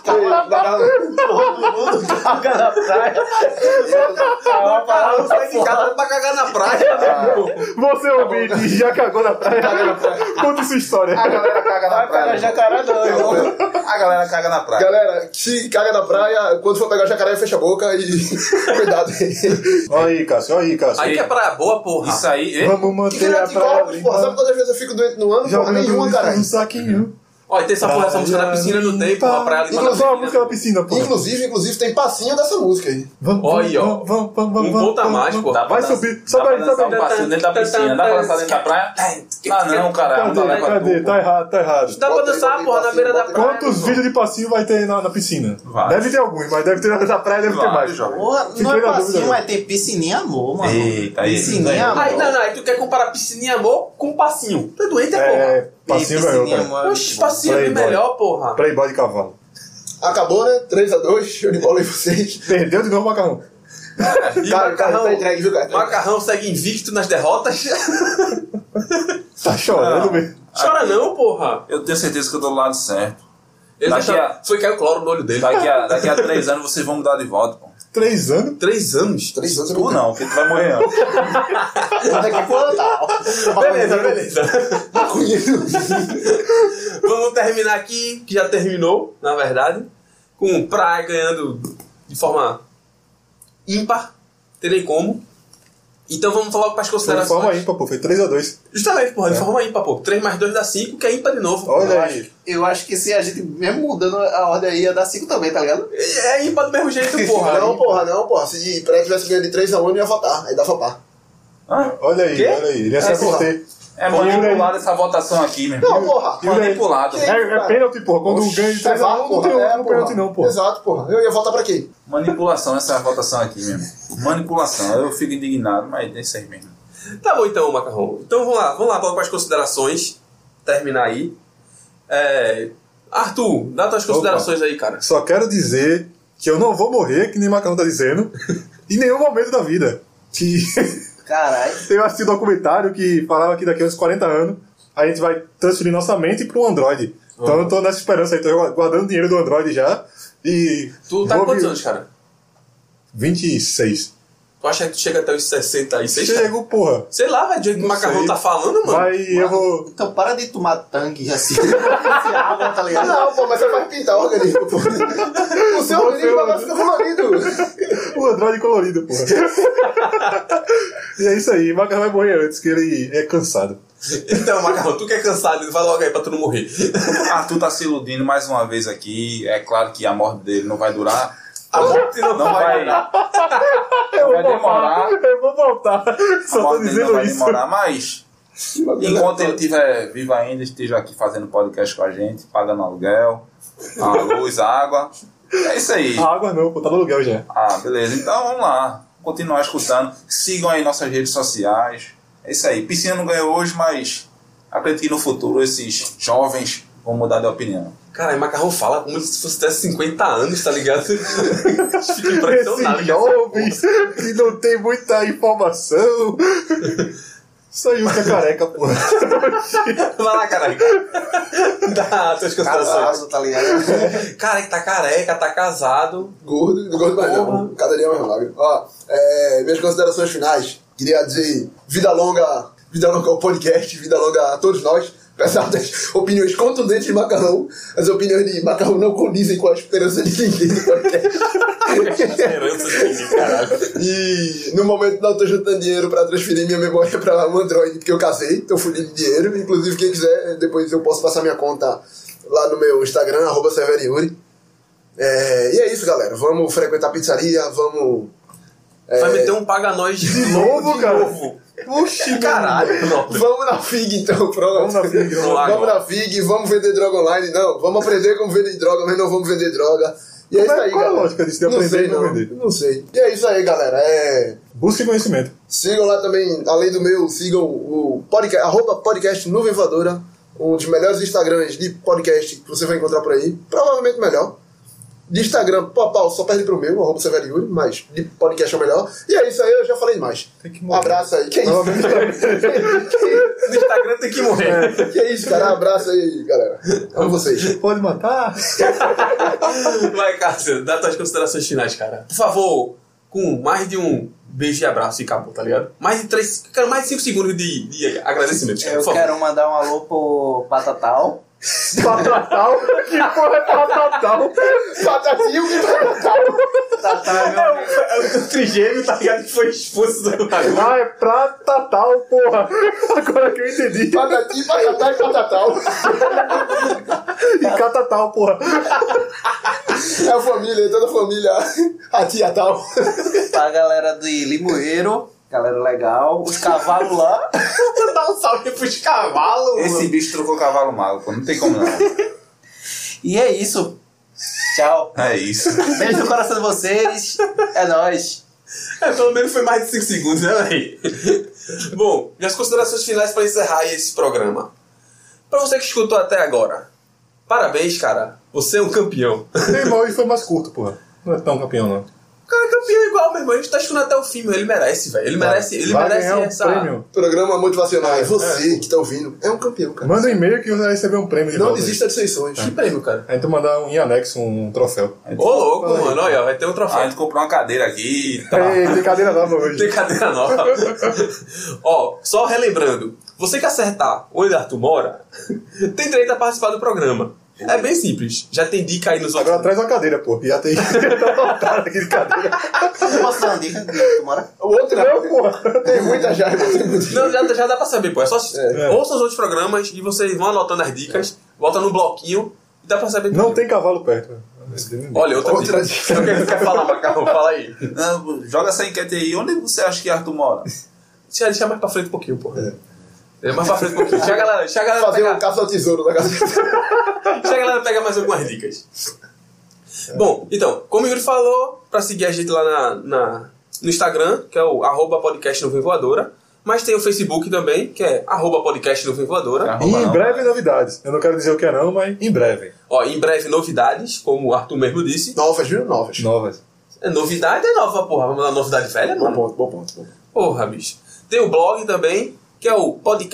Speaker 6: Todo mundo caga na praia.
Speaker 2: o cara não sai de casa pra cagar na praia, meu irmão.
Speaker 1: Você ouvinte já cagou na praia? Conta sua história.
Speaker 3: A galera caga na
Speaker 6: Vai pegar
Speaker 3: praia.
Speaker 6: jacaré não, irmão.
Speaker 3: A galera caga na praia.
Speaker 4: Galera, se caga na praia, quando for pegar jacaré, fecha a boca e. Cuidado aí.
Speaker 1: Olha aí, Cássio. Olha aí, Cássio.
Speaker 2: Aí que é praia boa, porra.
Speaker 3: Isso aí.
Speaker 1: Vamos
Speaker 4: E
Speaker 1: manter a
Speaker 4: de
Speaker 1: praia
Speaker 4: copos, porra. Sabe quantas vezes eu fico doente no ano? Porra, nenhuma, cara.
Speaker 1: um saquinho.
Speaker 2: Olha, tem essa porra, essa música na piscina não tem, porra, a praia limpa na
Speaker 1: Só a música
Speaker 2: piscina.
Speaker 1: na piscina, pô.
Speaker 4: Inclusive, tem passinho dessa música aí.
Speaker 2: Olha aí, ó. Um ponto a mais, pô.
Speaker 3: Dá pra
Speaker 1: Vai
Speaker 3: dançar-
Speaker 1: subir.
Speaker 3: Dá
Speaker 1: Sobe
Speaker 3: pra
Speaker 1: aí,
Speaker 3: dançar
Speaker 1: sobe
Speaker 3: um
Speaker 1: aí.
Speaker 3: passinho dentro da piscina. Dá pra dançar dentro da praia? Ah, não, cara. Não dá
Speaker 1: Cadê?
Speaker 3: pra
Speaker 1: Cadê?
Speaker 3: tu,
Speaker 1: Tá
Speaker 3: pô.
Speaker 1: errado, tá errado.
Speaker 2: Dá pra
Speaker 4: Bota aí,
Speaker 2: dançar,
Speaker 4: bota aí,
Speaker 2: porra, na
Speaker 4: passinho,
Speaker 2: beira da
Speaker 4: bota aí.
Speaker 2: praia.
Speaker 1: Quantos
Speaker 2: meu
Speaker 1: vídeos de passinho vai ter na piscina?
Speaker 3: Vários.
Speaker 1: Deve ter alguns, mas deve ter na praia, deve ter mais.
Speaker 3: Vários, jovem.
Speaker 6: Porra,
Speaker 1: Fiquei
Speaker 6: não é
Speaker 1: na dúvida,
Speaker 6: passinho,
Speaker 1: não.
Speaker 6: mas tem piscininha amor, mano.
Speaker 3: Eita, aí.
Speaker 6: Piscininha amor.
Speaker 2: Aí, não, aí tu quer comparar piscininha amor com passinho. Tu é doente, é porra.
Speaker 1: É, passinho ganhou,
Speaker 6: Piscininha
Speaker 1: cara.
Speaker 6: amor.
Speaker 2: Oxe, passinho é bem
Speaker 1: Playboy.
Speaker 2: melhor, porra.
Speaker 1: Playboy de cavalo.
Speaker 4: Acabou, né? 3-2, show de bola aí vocês.
Speaker 1: Perdeu de novo o macarrão.
Speaker 2: E
Speaker 4: Cara, tá entregue, viu, cara?
Speaker 2: Macarrão segue invicto nas derrotas.
Speaker 1: Tá chorando mesmo.
Speaker 2: Chora não, porra.
Speaker 3: Eu tenho certeza que eu tô do lado certo.
Speaker 2: Ele
Speaker 3: Daqui a-
Speaker 2: foi cair o cloro no olho dele.
Speaker 3: Daqui a 3 anos vocês vão mudar de volta, pô.
Speaker 1: 3 anos?
Speaker 2: 3 anos?
Speaker 4: 3 anos
Speaker 3: Tu não, porque tu vai morrer antes.
Speaker 6: Daqui a pouco tá.
Speaker 2: Beleza. Vamos terminar aqui, que já terminou, na verdade, com o Praia ganhando de forma ímpar. Tem nem como. Então vamos falar para as
Speaker 1: Foi de
Speaker 2: considerações.
Speaker 1: forma ímpar, pô. Foi 3-2.
Speaker 2: Justamente, porra, de forma ímpar, pô. 3 mais 2 dá 5, que é ímpar de novo.
Speaker 1: Olha aí.
Speaker 6: Eu acho que se a gente, mesmo mudando a ordem aí, ia dar 5 também, tá ligado?
Speaker 2: É ímpar do mesmo jeito, porra.
Speaker 4: Não, porra. Se o Prédio tivesse ganho de 3-1, eu não ia votar. Aí dava pá.
Speaker 1: Olha aí,
Speaker 2: Quê?
Speaker 1: olha aí. Ele ia se
Speaker 4: porra.
Speaker 1: abster.
Speaker 3: É manipulada essa votação aqui, meu irmão.
Speaker 4: Não, porra.
Speaker 3: Manipulado.
Speaker 1: É pênalti, porra. Quando ganha de 3-1, não tem outro pênalti, não, porra.
Speaker 4: Exato, porra. Eu ia votar pra quê?
Speaker 3: Manipulação essa votação aqui, meu irmão. Manipulação. Eu fico indignado, mas é isso aí mesmo.
Speaker 2: Tá bom então, Macarrão. Então vamos lá para as considerações. Terminar aí. Arthur, dá tuas considerações aí, cara.
Speaker 1: Só quero dizer que eu não vou morrer, que nem Macarrão tá dizendo, em nenhum momento da vida. Que
Speaker 6: Caralho.
Speaker 1: eu assisti um documentário que falava que daqui a uns 40 anos a gente vai transferir nossa mente para um Android. Então eu tô nessa esperança aí, tô guardando dinheiro do Android já. E
Speaker 2: Tu tá com
Speaker 1: vou
Speaker 2: quantos
Speaker 1: vir-
Speaker 2: anos, cara?
Speaker 1: 26.
Speaker 2: Tu acha que tu chega até os 66, cara?
Speaker 1: Chego, porra.
Speaker 2: Sei lá, velho, do jeito que o
Speaker 1: Não
Speaker 2: Macarrão
Speaker 1: sei.
Speaker 2: tá falando, mano.
Speaker 1: Vai, eu vou.
Speaker 6: Então para de tomar tangue assim. Esse água, tá ligado?
Speaker 4: Não, pô, mas você vai pintar o organismo, pô. O seu organismo vai ficar colorido.
Speaker 1: O Android colorido, porra. E é isso aí, Macarrão vai morrer antes, que ele é cansado.
Speaker 2: Então, Macarrão, tu que é cansado, vai logo aí pra tu não morrer.
Speaker 3: Arthur tá se iludindo mais uma vez aqui. É claro que a morte dele não vai durar.
Speaker 2: A morte não,
Speaker 3: Não vai,
Speaker 1: Eu
Speaker 3: vai demorar.
Speaker 1: Eu vou voltar.
Speaker 3: A
Speaker 1: Só tô
Speaker 3: morte dele não
Speaker 1: dizendo
Speaker 3: vai
Speaker 1: isso.
Speaker 3: demorar, mas enquanto ele estiver vivo ainda, esteja aqui fazendo podcast com a gente, pagando aluguel, a luz, a água. É isso aí.
Speaker 1: A água não, pô, tá no aluguel já.
Speaker 3: Ah, beleza. Então vamos lá. Continuar escutando. Sigam aí nossas redes sociais. É isso aí. Piscina não ganhou hoje, mas acredito que no futuro esses jovens vão mudar de opinião.
Speaker 2: Cara, Macarrão fala como se fosse até 50 anos, tá ligado? Fico impressionado.
Speaker 1: Esses jovens que não tem muita informação. Só Yuka careca, porra.
Speaker 2: Vai lá, caralho. Dá tuas considerações.
Speaker 6: Casado, tá ligado?
Speaker 2: Cara, que tá careca, tá casado.
Speaker 4: Gordo mais não. Cada dia mais magro. Ó, minhas considerações finais. Queria dizer vida longa ao podcast, vida longa a todos nós. Apesar das opiniões contundentes de Macarrão, as opiniões de Macarrão não condizem com a esperança de ninguém no podcast.
Speaker 2: Esperança de ninguém, caralho.
Speaker 4: E no momento não tô juntando dinheiro pra transferir minha memória pra um Android, porque eu casei, tô fudido de dinheiro. Inclusive, quem quiser, depois eu posso passar minha conta lá no meu Instagram, @severiuri. E é isso, galera. Vamos frequentar a pizzaria, vamos...
Speaker 2: Vai meter um paga nós de
Speaker 1: novo, cara?
Speaker 2: novo.
Speaker 1: Oxi,
Speaker 2: Caralho, não.
Speaker 4: Vamos na FIG, então, pronto.
Speaker 1: Vamos na FIG,
Speaker 4: Vamos na FIG, vamos vender droga online. Não, vamos aprender como vender droga, mas não vamos vender droga. E é isso aí,
Speaker 1: qual a
Speaker 4: galera.
Speaker 1: lógica disso de
Speaker 4: Não
Speaker 1: aprender
Speaker 4: sei,
Speaker 1: e não
Speaker 4: não.
Speaker 1: vender?
Speaker 4: Não sei. E é isso aí, galera.
Speaker 1: Busque conhecimento.
Speaker 4: Sigam lá também, além do meu, sigam o podcast, @podcast Nuvem Voadora, um dos melhores Instagrams de podcast que você vai encontrar por aí. Provavelmente melhor. De Instagram, pau, só perde pro meu, @severiuri, mas de podcast é o melhor. E é isso aí, eu já falei demais.
Speaker 1: Tem que
Speaker 4: Um
Speaker 1: morrer.
Speaker 4: abraço aí. Que isso?
Speaker 2: No Instagram tem que morrer.
Speaker 4: Que isso, cara? Um abraço aí, galera. Amo vocês.
Speaker 1: Pode matar?
Speaker 2: Vai, Cássio, dá tuas considerações finais, cara. Por favor, com mais de um beijo e abraço e acabou, tá ligado? Mais de 3, quero mais de 5 segundos de agradecimento, cara,
Speaker 6: Eu
Speaker 2: por favor.
Speaker 6: quero mandar um alô pro Patatal.
Speaker 1: Patatal? Que porra é patatal?
Speaker 4: Patatinho que
Speaker 6: Tatal é meu amigo.
Speaker 2: É o trigêmeo, tá ligado? Que foi expulso do bagulho.
Speaker 1: Ah, é pra tatal, porra. Agora que eu entendi.
Speaker 4: Patatinho, patatá e patatal.
Speaker 1: E catatal, porra.
Speaker 4: É a família, é toda a família. A tia tal.
Speaker 6: Pra galera de Limoeiro, galera legal. Os cavalos lá.
Speaker 2: Dá um salve pros cavalos.
Speaker 3: Esse bicho trocou cavalo mago, pô. Não tem como não.
Speaker 6: E é isso. Tchau.
Speaker 3: É isso.
Speaker 6: Beijo no coração de vocês. É nóis.
Speaker 2: Pelo menos foi mais de 5 segundos, né, velho? Bom, minhas considerações finais para encerrar esse programa. Pra você que escutou até agora, parabéns, cara. Você é um campeão.
Speaker 1: Meu irmão, ele foi mais curto, porra. Não é tão campeão, não.
Speaker 2: O cara é campeão igual, meu irmão. A gente tá escutando até o fim, meu. Ele merece, velho. Ele merece
Speaker 1: Vai
Speaker 2: merece
Speaker 1: ganhar um
Speaker 2: essa...
Speaker 1: prêmio.
Speaker 4: Programa motivacional. É você que tá ouvindo. É um campeão, cara.
Speaker 1: Manda um e-mail que você vai receber um prêmio de
Speaker 4: Não
Speaker 1: volta.
Speaker 4: desista de seus sonhos.
Speaker 2: Que prêmio, cara?
Speaker 1: A gente vai mandar em anexo um troféu.
Speaker 2: Ô, louco, mano. Olha, vai ter um
Speaker 3: A
Speaker 2: troféu.
Speaker 3: gente comprou uma cadeira aqui. Tá.
Speaker 1: Ei, tem cadeira nova hoje.
Speaker 2: Tem cadeira nova. Ó, só relembrando. Você que acertar onde Arthur mora, tem direito a participar do programa. É bem simples. Já tem dica aí nos outros.
Speaker 1: Agora traz uma cadeira, pô. Já tem. Tá lotado aqui de cadeira.
Speaker 6: Eu posso dar uma dica de que tu mora?
Speaker 4: O outro não, porra. Tem muita já.
Speaker 2: Não, já dá pra saber, pô. É só ouça os outros programas e vocês vão anotando as dicas, volta no bloquinho e dá pra saber tudo.
Speaker 1: Não tem cavalo perto.
Speaker 2: Olha, outra dica.
Speaker 4: dica.
Speaker 2: O que tu quer falar, Macarrão? Fala aí.
Speaker 3: Não, joga essa enquete aí. Onde você acha que Arthur mora?
Speaker 2: Deixa mais pra frente um pouquinho, pô. É mais pra frente um pouquinho. Deixa a galera
Speaker 4: Fazer
Speaker 2: pegar,
Speaker 4: um caça ao tesouro da casa.
Speaker 2: deixa a galera pegar mais algumas dicas. Bom, então, como o Yuri falou, pra seguir a gente lá no Instagram, que é o @podcast Nuvem Voadora, mas tem o Facebook também, que é @podcast Nuvem Voadora.
Speaker 1: E em breve novidades. Eu não quero dizer o que é não, mas em breve.
Speaker 2: Ó, em breve novidades, como o Arthur mesmo disse.
Speaker 4: Novas, viu? Novas.
Speaker 1: Novas.
Speaker 2: Novidade é nova, porra. Vamos lá, novidade velha, mano.
Speaker 4: Bom ponto.
Speaker 2: Porra, bicho. Tem o blog também, que é o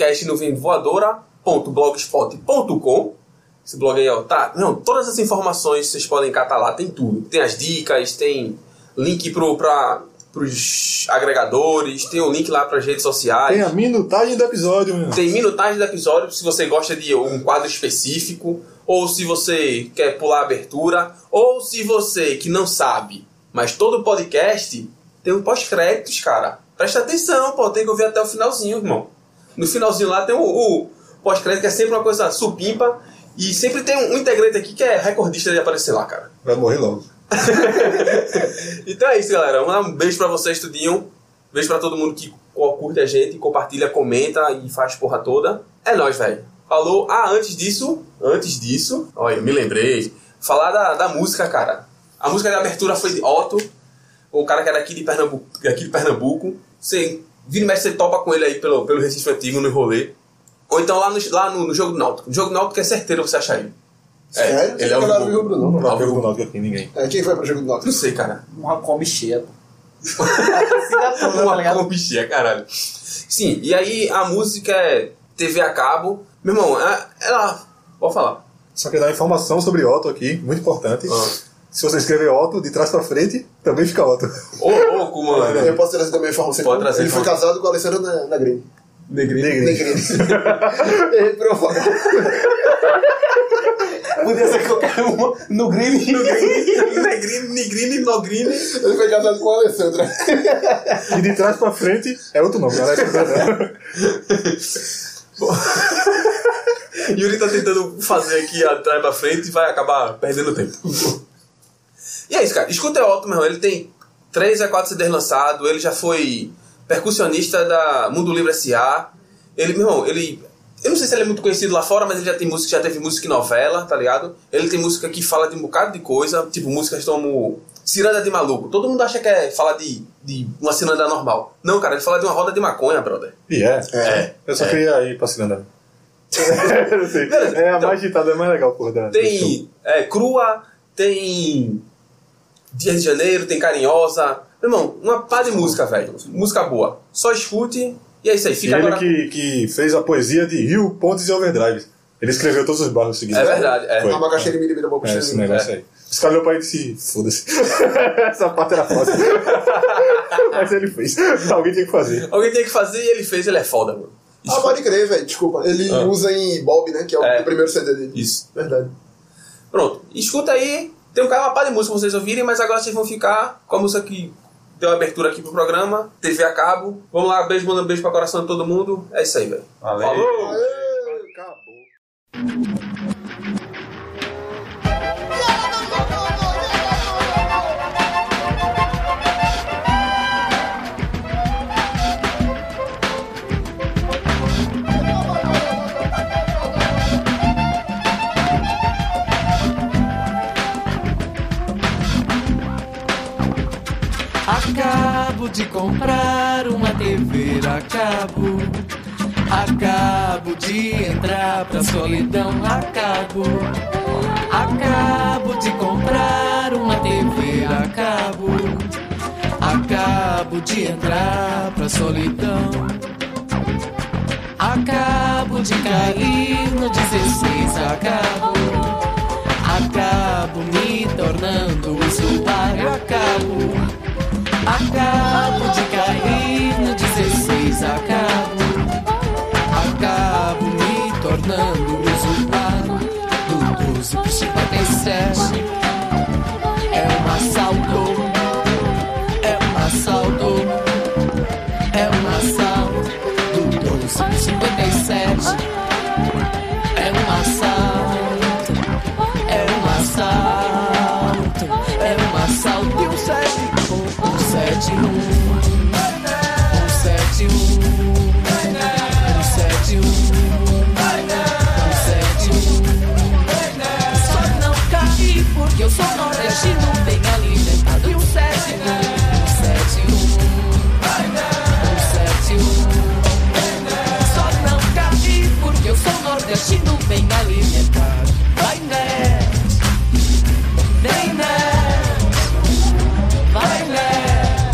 Speaker 2: podcastnuvenvoadora.blogspot.com. Esse blog aí, ó, tá... Não, todas as informações vocês podem catar lá, tem tudo. Tem as dicas, tem link pros agregadores, tem o link lá pras redes sociais.
Speaker 1: Tem a minutagem do episódio, meu.
Speaker 2: Tem minutagem do episódio, se você gosta de um quadro específico, ou se você quer pular a abertura, ou se você que não sabe, mas todo podcast tem um pós-créditos, cara. Presta atenção, pô, tem que ouvir até o finalzinho, irmão. No finalzinho lá tem o pós-crédito, que é sempre uma coisa supimpa, e sempre tem um integrante aqui que é recordista de aparecer lá, cara.
Speaker 1: Vai morrer logo.
Speaker 2: Então é isso, galera. Vamos dar um beijo pra vocês, tudinho. Beijo pra todo mundo que curte a gente, compartilha, comenta e faz porra toda. É nóis, velho. Falou. Antes disso, olha, eu me lembrei. Falar da música, cara. A música de abertura foi de Otto, o cara que era aqui de Pernambuco. Você vira e mexe, você topa com ele aí pelo Recife Antigo, no rolê. Ou então lá no Jogo do Náutico. No Jogo do Náutico é certeiro você achar ele.
Speaker 4: Sério?
Speaker 2: Ele é o
Speaker 4: Não Rubro, não.
Speaker 1: Não vai do Náutico aqui, ninguém.
Speaker 4: Quem foi pro jogo do
Speaker 2: Não
Speaker 4: Náutico?
Speaker 2: sei, cara.
Speaker 6: Uma Kombi cheia, pô. A torcida toda, tá ligado?
Speaker 2: Uma bichinha, caralho. Sim, e aí a música é TV a cabo. Meu irmão, ela... Pode falar.
Speaker 1: Só queria dar uma informação sobre Otto aqui, muito importante. Se você escrever Otto de trás pra frente, também fica Otto.
Speaker 2: Ô, louco, mano.
Speaker 4: Eu posso trazer também a informação.
Speaker 2: Pode trazer
Speaker 4: Ele foi
Speaker 2: informação.
Speaker 4: casado com a Alessandra Negrini.
Speaker 1: Negrini.
Speaker 4: Ele provoca.
Speaker 6: Podia ser qualquer uma. No Green.
Speaker 2: Negrine, Nogrine.
Speaker 4: Ele foi casado com a Alessandra.
Speaker 1: E de trás pra frente é outro nome, galera.
Speaker 2: Yuri tá tentando fazer aqui atrás pra frente e vai acabar perdendo tempo. E é isso, cara. Escuta o Otto, meu irmão. Ele tem 3 a 4 CDs lançados. Ele já foi percussionista da Mundo Livre S.A. Ele, meu irmão, eu não sei se ele é muito conhecido lá fora, mas ele já teve música em novela, tá ligado? Ele tem música que fala de um bocado de coisa, tipo músicas como Ciranda de Maluco. Todo mundo acha que é falar de uma ciranda normal. Não, cara, ele fala de uma roda de maconha, brother.
Speaker 1: E eu só queria ir pra Ciranda. Não sei. É a mais agitada, é mais legal, porra.
Speaker 2: Tem Crua, tem Dia de Janeiro, tem Carinhosa. Meu irmão, uma pá de música, velho. Música boa. Só escute e é isso aí. Fica
Speaker 1: ele
Speaker 2: agora...
Speaker 1: que fez a poesia de Rio, Pontes e Overdrive. Ele escreveu todos os bairros seguidos.
Speaker 2: É verdade, é.
Speaker 1: Foi.
Speaker 4: Uma macaxeira e milibira boa
Speaker 1: Esse negócio aí. Os caras olhou pra ele e disse, foda-se. Essa parte era fácil. Mas ele fez. Alguém tinha que fazer.
Speaker 2: Alguém tem que fazer e ele fez, ele é foda, mano.
Speaker 4: Pode crer, velho. Desculpa. Ele usa em Bob, né? Que é o primeiro CD dele.
Speaker 2: Isso.
Speaker 4: Verdade.
Speaker 2: Pronto. Escuta aí. Tem uma pá de música pra vocês ouvirem, mas agora vocês vão ficar com a música que deu a abertura aqui pro programa. TV a cabo. Vamos lá, beijo, manda um beijo pra coração de todo mundo. É isso aí, velho.
Speaker 3: Valeu.
Speaker 2: Falou!
Speaker 1: Acabou.
Speaker 5: Acabo de comprar uma TV a cabo. Acabo de entrar pra solidão. Acabo de comprar uma TV a cabo. Acabo de entrar pra solidão. Acabo de cair no 16. Acabo me tornando usuário. Acabo de cair no 16. Acabo me tornando usuário do 12 pro 57. É um assalto. É um assalto. É um assalto do 12 pro 57. É um assalto. É um assalto. É um assalto. E um 71. Só não caí porque eu sou nordestino, bem alimentado. E um 71. Só não caí porque eu sou nordestino, bem alimentado. Vai Ness, vem Ness, vai Ness.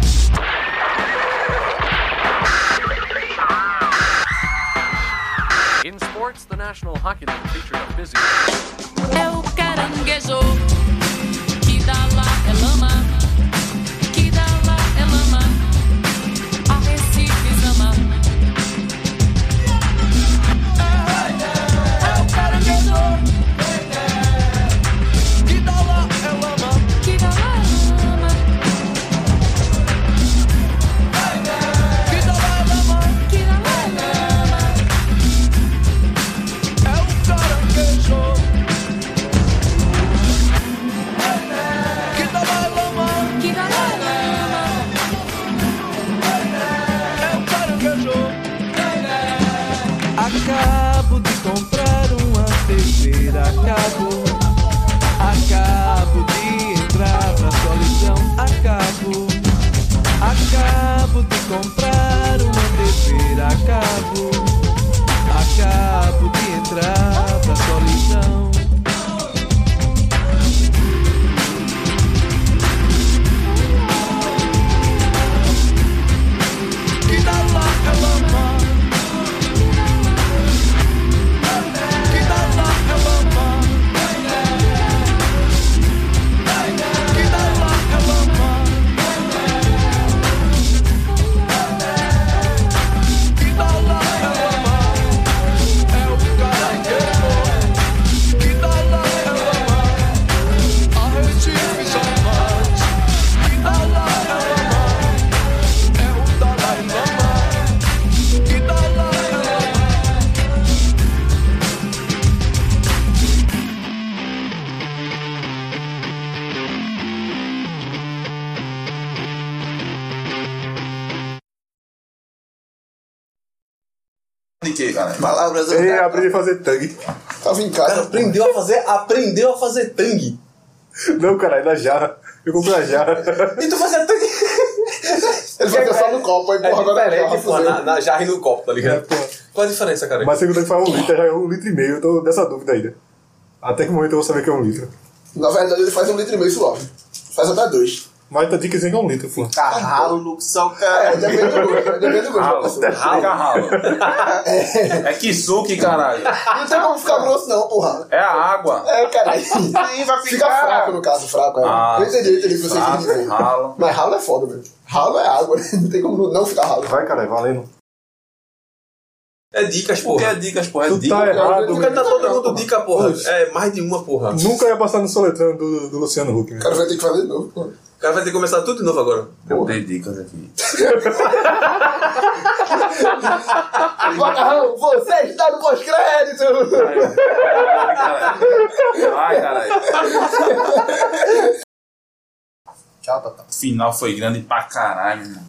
Speaker 9: In sports, the National Hockey League featured a busy...
Speaker 5: É o caranguejo que dá lá é lama, que dá lá é lama, a Recife zama. É o caranguejo que dá lá é lama, que dá lá é lama, que dá lá é lama, que dá lá é lama. É o caranguejo que dá lá é lama, que dá lá é lama. É o caranguejo. Acabo de comprar uma TV. Acabo de entrar pra solidão. Acabo de comprar uma TV. Acabo de entrar pra solidão. Que dá lá é lama, que dá lá é lama, que dá lá é lama, que dá lá é lama. É o caranguejo que dá lá é lama, a Recife zama. Que dá lá é lama, é o Dalai Lama. Que dá lá é lama.
Speaker 3: De que, cara?
Speaker 6: Palavras do
Speaker 1: Ei,
Speaker 6: cara.
Speaker 1: aprendi a fazer tangue.
Speaker 4: Tava em
Speaker 2: Cara,
Speaker 4: casa.
Speaker 2: aprendeu a fazer tangue.
Speaker 1: Não, caralho, na jarra. Eu comprei a jarra.
Speaker 2: E tu fazia tangue.
Speaker 4: Ele fazia só no copo, aí porra, agora
Speaker 2: diferente, porra,
Speaker 4: fudeu.
Speaker 2: na jarra e no copo, tá ligado?
Speaker 1: É, porra.
Speaker 2: Qual a diferença, cara?
Speaker 1: Mas segundo que faz 1 litro, já é 1,5 litro. Eu tô nessa dúvida ainda. Até que momento eu vou saber que é 1 litro.
Speaker 4: Na verdade, ele faz 1,5 litro suave. Faz até 2.
Speaker 1: Mas tá dica dizendo que é 1 litro, pô.
Speaker 6: Carralo, Luxão,
Speaker 4: É,
Speaker 6: cara.
Speaker 4: depende do gosto. Depende do gosto da
Speaker 3: Ralo,
Speaker 4: pessoa.
Speaker 3: ralo. É kisuke, caralho.
Speaker 4: Não tem como ficar grosso, não, porra.
Speaker 3: É a água.
Speaker 4: É, caralho.
Speaker 6: Aí vai
Speaker 4: Fica fraco, no caso, fraco. É.
Speaker 3: Ah,
Speaker 4: eu entendi o que você quis dizer.
Speaker 3: ralo.
Speaker 4: Mas ralo é foda, velho. Ralo é água. Não tem como não ficar ralo.
Speaker 1: Vai, caralho, valendo.
Speaker 2: É dicas,
Speaker 3: Por que
Speaker 2: porra.
Speaker 3: é dicas, porra? É
Speaker 1: Tu
Speaker 3: dica.
Speaker 1: tá errado,
Speaker 2: Porque tá todo mundo
Speaker 4: porra.
Speaker 2: dica, porra.
Speaker 1: Oxe.
Speaker 2: É mais de uma, porra.
Speaker 1: Nunca ia passar no soletrando do Luciano Huck,
Speaker 4: O
Speaker 1: né?
Speaker 4: cara vai ter que fazer de novo, porra.
Speaker 2: O cara vai ter que começar tudo de novo agora.
Speaker 3: Eu dei dicas aqui.
Speaker 4: Macarrão, você está no pós-crédito!
Speaker 3: Ai, caralho.
Speaker 6: Tchau, Tata.
Speaker 3: O final foi grande pra caralho, mano.